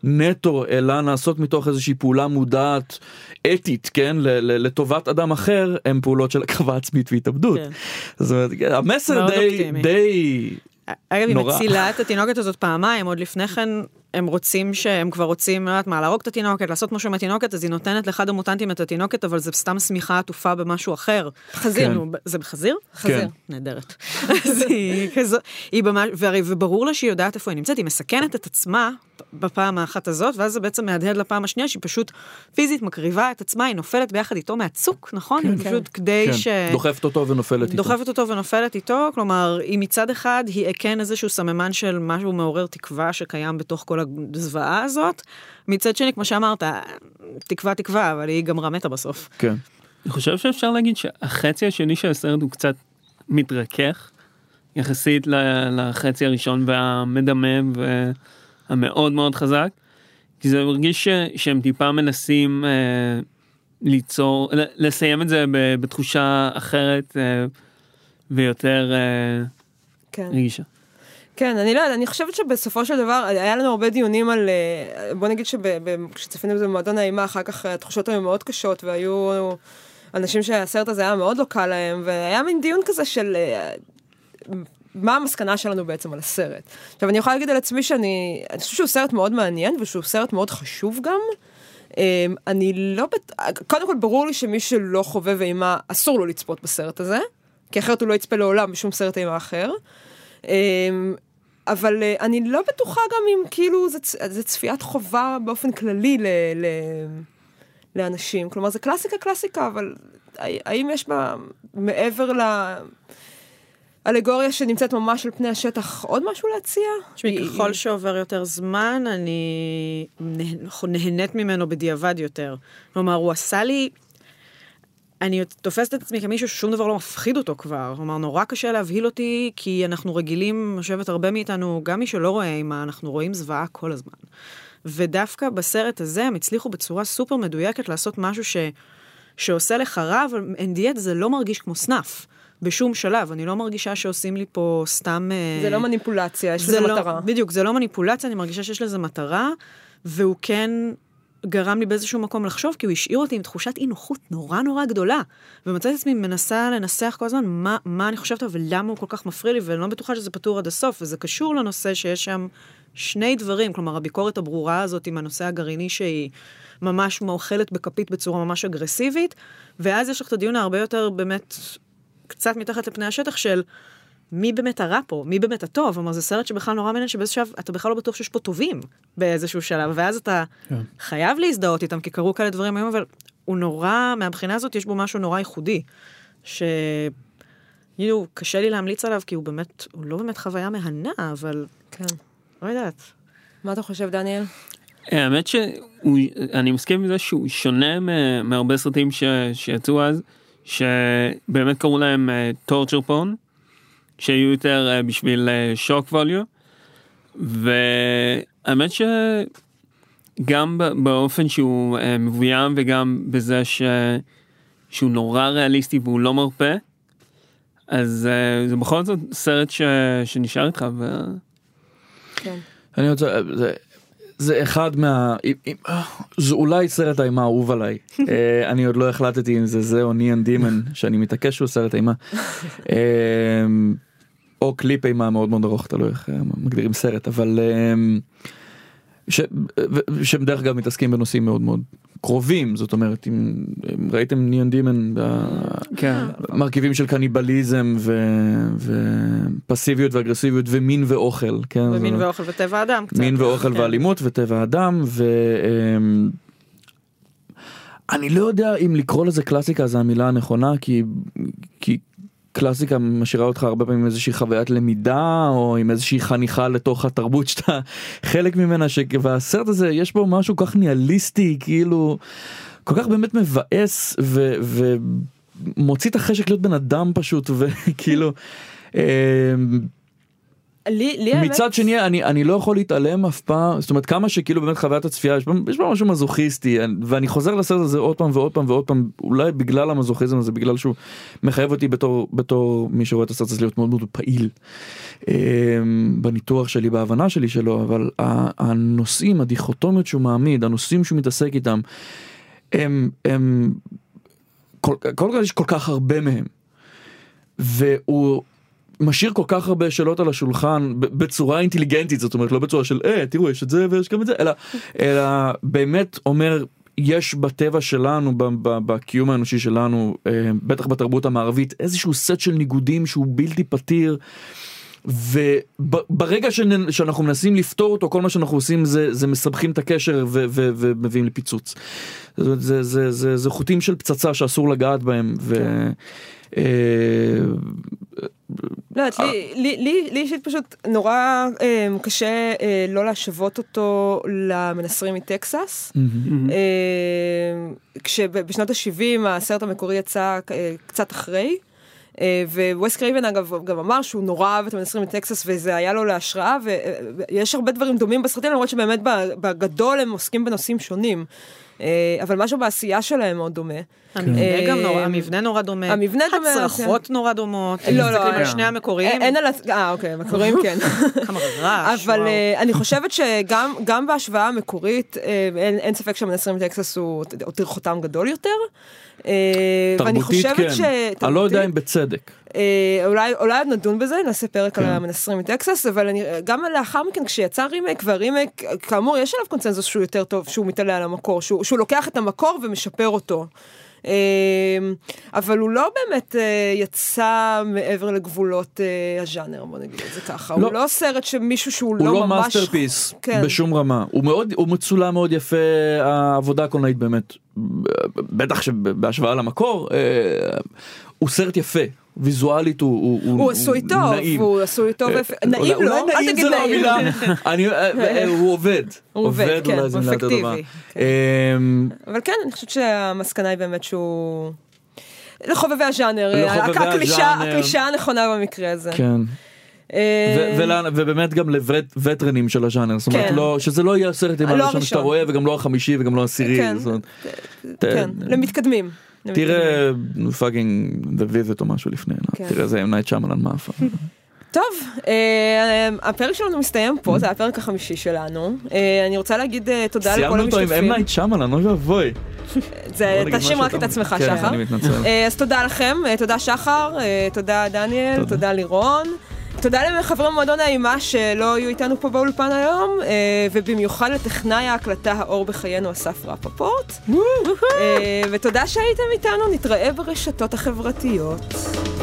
נטו, אלא נעשות מתוך איזושהי פעולה מודעת אתית, כן, לטובת אדם אחר, הם פעולות של הקרבה עצמית והתאבדות. זאת אומרת, המסר די, די אגב, היא מצילה את התינוקת הזאת פעמיים, עוד לפני כן הם רוצים שהם כבר רוצים, לא יודעת מה, להרוג את התינוקת, לעשות משהו עם התינוקת, אז היא נותנת לאחד המוטנטים את התינוקת, אבל זה סתם סמיכה עטופה במשהו אחר. חזיר. זה בחזיר? חזיר. נהדרת. אז היא כזו, היא ממש, וברור לה שהיא יודעת איפה היא נמצאת, היא מסכנת את עצמה בפעם האחת הזאת, ואז זה בעצם מהדהד לפעם השנייה, שהיא פשוט פיזית מקריבה את עצמה, היא נופלת ביחד איתו מהצוק, נכון? פשוט כדי ש... דוחפת אותו ונופלת איתו. דוחפת אותו ונופלת איתו, כלומר, היא מצד אחד, היא כן איזשהו סממן של משהו מעורר תקווה שקיים בתוך כל הזוועה הזאת. מצד שני, כמו שאמרת, תקווה תקווה, אבל היא גם רמתה בסוף. כן. אני חושב שאפשר להגיד שהחצי השני של הסרט הוא קצת מתרכך, יחסית לחצי הראשון והמדמם והמאוד מאוד חזק, כי זה מרגיש שהם טיפה מנסים ליצור, לסיים את זה בתחושה אחרת ויותר רגישה. כן, אני לא יודעת, אני חושבת שבסופו של דבר, היה לנו הרבה דיונים על, בוא נגיד שכשצפינו בזה במועדון האימה, אחר כך התחושות היו מאוד קשות, והיו אנשים שהסרט הזה היה מאוד לא קל להם, והיה מין דיון כזה של מה המסקנה שלנו בעצם על הסרט. עכשיו, אני יכולה להגיד על עצמי שאני, אני חושבת שהוא סרט מאוד מעניין, ושהוא סרט מאוד חשוב גם. אני לא, קודם כל ברור לי שמי שלא חובב אימה, אסור לו לצפות בסרט הזה, כי אחרת הוא לא יצפה לעולם בשום סרט אימה אחר. אבל אני לא בטוחה גם אם כאילו זה, זה צפיית חובה באופן כללי ל, ל, לאנשים. כלומר, זה קלאסיקה קלאסיקה, אבל האם יש בה מעבר לאלגוריה שנמצאת ממש על פני השטח עוד משהו להציע? ככל שעובר יותר זמן, אני נהנית ממנו בדיעבד יותר. כלומר, הוא עשה לי... אני תופסת את עצמי כמישהו ששום דבר לא מפחיד אותו כבר. כלומר, נורא קשה להבהיל אותי, כי אנחנו רגילים, חושבת הרבה מאיתנו, גם מי שלא רואה אימה, אנחנו רואים זוועה כל הזמן. ודווקא בסרט הזה, הם הצליחו בצורה סופר מדויקת לעשות משהו ש... שעושה לך רע, אבל אין-דיאט זה לא מרגיש כמו סנף. בשום שלב. אני לא מרגישה שעושים לי פה סתם... זה לא מניפולציה, יש לזה לא, מטרה. בדיוק, זה לא מניפולציה, אני מרגישה שיש לזה מטרה, והוא כן... גרם לי באיזשהו מקום לחשוב, כי הוא השאיר אותי עם תחושת אי נוחות נורא נורא גדולה. ומצאתי עצמי מנסה לנסח כל הזמן מה, מה אני חושבת, ולמה הוא כל כך מפריע לי, ואני לא בטוחה שזה פתור עד הסוף, וזה קשור לנושא שיש שם שני דברים, כלומר, הביקורת הברורה הזאת עם הנושא הגרעיני שהיא ממש מאוכלת בכפית בצורה ממש אגרסיבית, ואז יש לך את הדיון הרבה יותר באמת קצת מתחת לפני השטח של מי באמת הרע פה, מי באמת הטוב, אומר, זה סרט שבכלל נורא מעניין שבאיזשהו אתה בכלל לא בטוח שיש פה טובים באיזשהו שלב, ואז אתה yeah. חייב להזדהות איתם, כי קרו כאלה דברים היום, אבל הוא נורא, מהבחינה הזאת יש בו משהו נורא ייחודי, כאילו, קשה לי להמליץ עליו, כי הוא באמת, הוא לא באמת חוויה מהנה, אבל כן. לא יודעת. מה אתה חושב, דניאל? האמת שאני מסכים עם זה שהוא שונה מהרבה סרטים שיצאו אז, שבאמת קראו להם torture porn, שהיו יותר בשביל שוק ווליו, והאמת שגם באופן שהוא מבוים וגם בזה ש... שהוא נורא ריאליסטי והוא לא מרפא, אז זה בכל זאת סרט ש... שנשאר איתך. ו... כן. אני רוצה... זה... זה אחד מה... זה אולי סרט האימה אהוב עליי. אני עוד לא החלטתי אם זה זה או ניאן דימן, שאני מתעקש שהוא סרט האימה. או קליפ אימה מאוד מאוד ארוך, תלוי איך מגדירים סרט, אבל שהם דרך אגב מתעסקים בנושאים מאוד מאוד קרובים, זאת אומרת, אם ראיתם ניאן דימן, מרכיבים של קניבליזם ופסיביות ואגרסיביות ומין ואוכל. ומין ואוכל וטבע האדם. מין ואוכל ואלימות וטבע האדם, ואני לא יודע אם לקרוא לזה קלאסיקה, זו המילה הנכונה, כי קלאסיקה משאירה אותך הרבה פעמים עם איזושהי חוויית למידה, או עם איזושהי חניכה לתוך התרבות שאתה חלק ממנה, והסרט הזה יש בו משהו כך ניאליסטי, כאילו, כל כך באמת מבאס, ומוציא את החשק להיות בן אדם פשוט, וכאילו, לי, לי האמת... מצד שני, אני, אני לא יכול להתעלם אף פעם, זאת אומרת, כמה שכאילו באמת חוויית הצפייה, יש בה, יש בה משהו מזוכיסטי, ואני חוזר לסרט הזה עוד פעם ועוד פעם ועוד פעם, אולי בגלל המזוכיזם הזה, בגלל שהוא מחייב אותי בתור, בתור מי שרואה את הסרט הזה להיות מאוד מאוד פעיל, בניתוח שלי, בהבנה שלי שלו, אבל הנושאים, הדיכוטומיות שהוא מעמיד, הנושאים שהוא מתעסק איתם, הם, הם, כל, כל כך יש כל כך הרבה מהם, והוא משאיר כל כך הרבה שאלות על השולחן בצורה אינטליגנטית, זאת אומרת לא בצורה של אה תראו יש את זה ויש גם את זה, אלא, אלא באמת אומר יש בטבע שלנו, בקיום האנושי שלנו, בטח בתרבות המערבית, איזשהו סט של ניגודים שהוא בלתי פתיר, וברגע שאנחנו מנסים לפתור אותו, כל מה שאנחנו עושים זה, זה מסבכים את הקשר ו- ו- ומביאים לפיצוץ. זה, זה, זה, זה, זה חוטים של פצצה שאסור לגעת בהם, ו... לא, לי אישית פשוט נורא קשה לא להשוות אותו למנסרים מטקסס, כשבשנות ה-שבעים הסרט המקורי יצא קצת אחרי, ווייס קרייבן אגב גם אמר שהוא נורא אהב את המנסרים מטקסס וזה היה לו להשראה, ויש הרבה דברים דומים בסרטים, למרות שבאמת בגדול הם עוסקים בנושאים שונים. אבל משהו בעשייה שלהם מאוד דומה. המבנה גם נורא, המבנה נורא דומה. המבנה דומה. הצלחות נורא דומות. לא, לא. שני המקוריים. אין על... אה, אוקיי, המקוריים כן. כמה רעש. אבל אני חושבת שגם בהשוואה המקורית, אין ספק שהמנסרים מטקסס הוא חותם גדול יותר. תרבותית כן. אני לא יודע אם בצדק. אולי עוד נדון בזה, נעשה פרק על המנסרים מטקסס, אבל גם לאחר מכן, כשיצא רימייק, והרימייק, כאמור, יש עליו קונצנזוס שהוא יותר טוב, שהוא מתעלה על המקור, שהוא לוקח את המקור ומשפר אותו. אבל הוא לא באמת יצא מעבר לגבולות הז'אנר, בוא נגיד את זה ככה. הוא לא סרט שמישהו שהוא לא ממש... הוא לא מאסטרפיס בשום רמה. הוא מצולם מאוד יפה, העבודה הקולנועית באמת. בטח שבהשוואה למקור, הוא סרט יפה. ויזואלית הוא נעים. הוא עשוי טוב, הוא עשוי טוב, נעים לא, אל תגיד נעים. הוא עובד. הוא עובד, כן, הוא אפקטיבי. אבל כן, אני חושבת שהמסקנה היא באמת שהוא... לחובבי הז'אנר, הקלישה הנכונה במקרה הזה. כן. ובאמת גם לווטרנים של הז'אנר, זאת אומרת שזה לא יהיה הסרט עם הראשון שאתה רואה, וגם לא החמישי וגם לא העשירי. כן, למתקדמים. תראה פאקינג The Visit או משהו לפני, תראה זה נייט שמלן מאפה. טוב, הפרק שלנו מסתיים פה, זה הפרק החמישי שלנו. אני רוצה להגיד תודה לכל המשתתפים. סיימנו אותו עם נייט שמלן, אוי ואבוי. תאשים רק את עצמך, שחר. אז תודה לכם, תודה שחר, תודה דניאל, תודה לירון. תודה לחברי מועדון האימה שלא היו איתנו פה באולפן היום, ובמיוחד לטכנאי ההקלטה האור בחיינו אסף רפפורט. ותודה שהייתם איתנו, נתראה ברשתות החברתיות.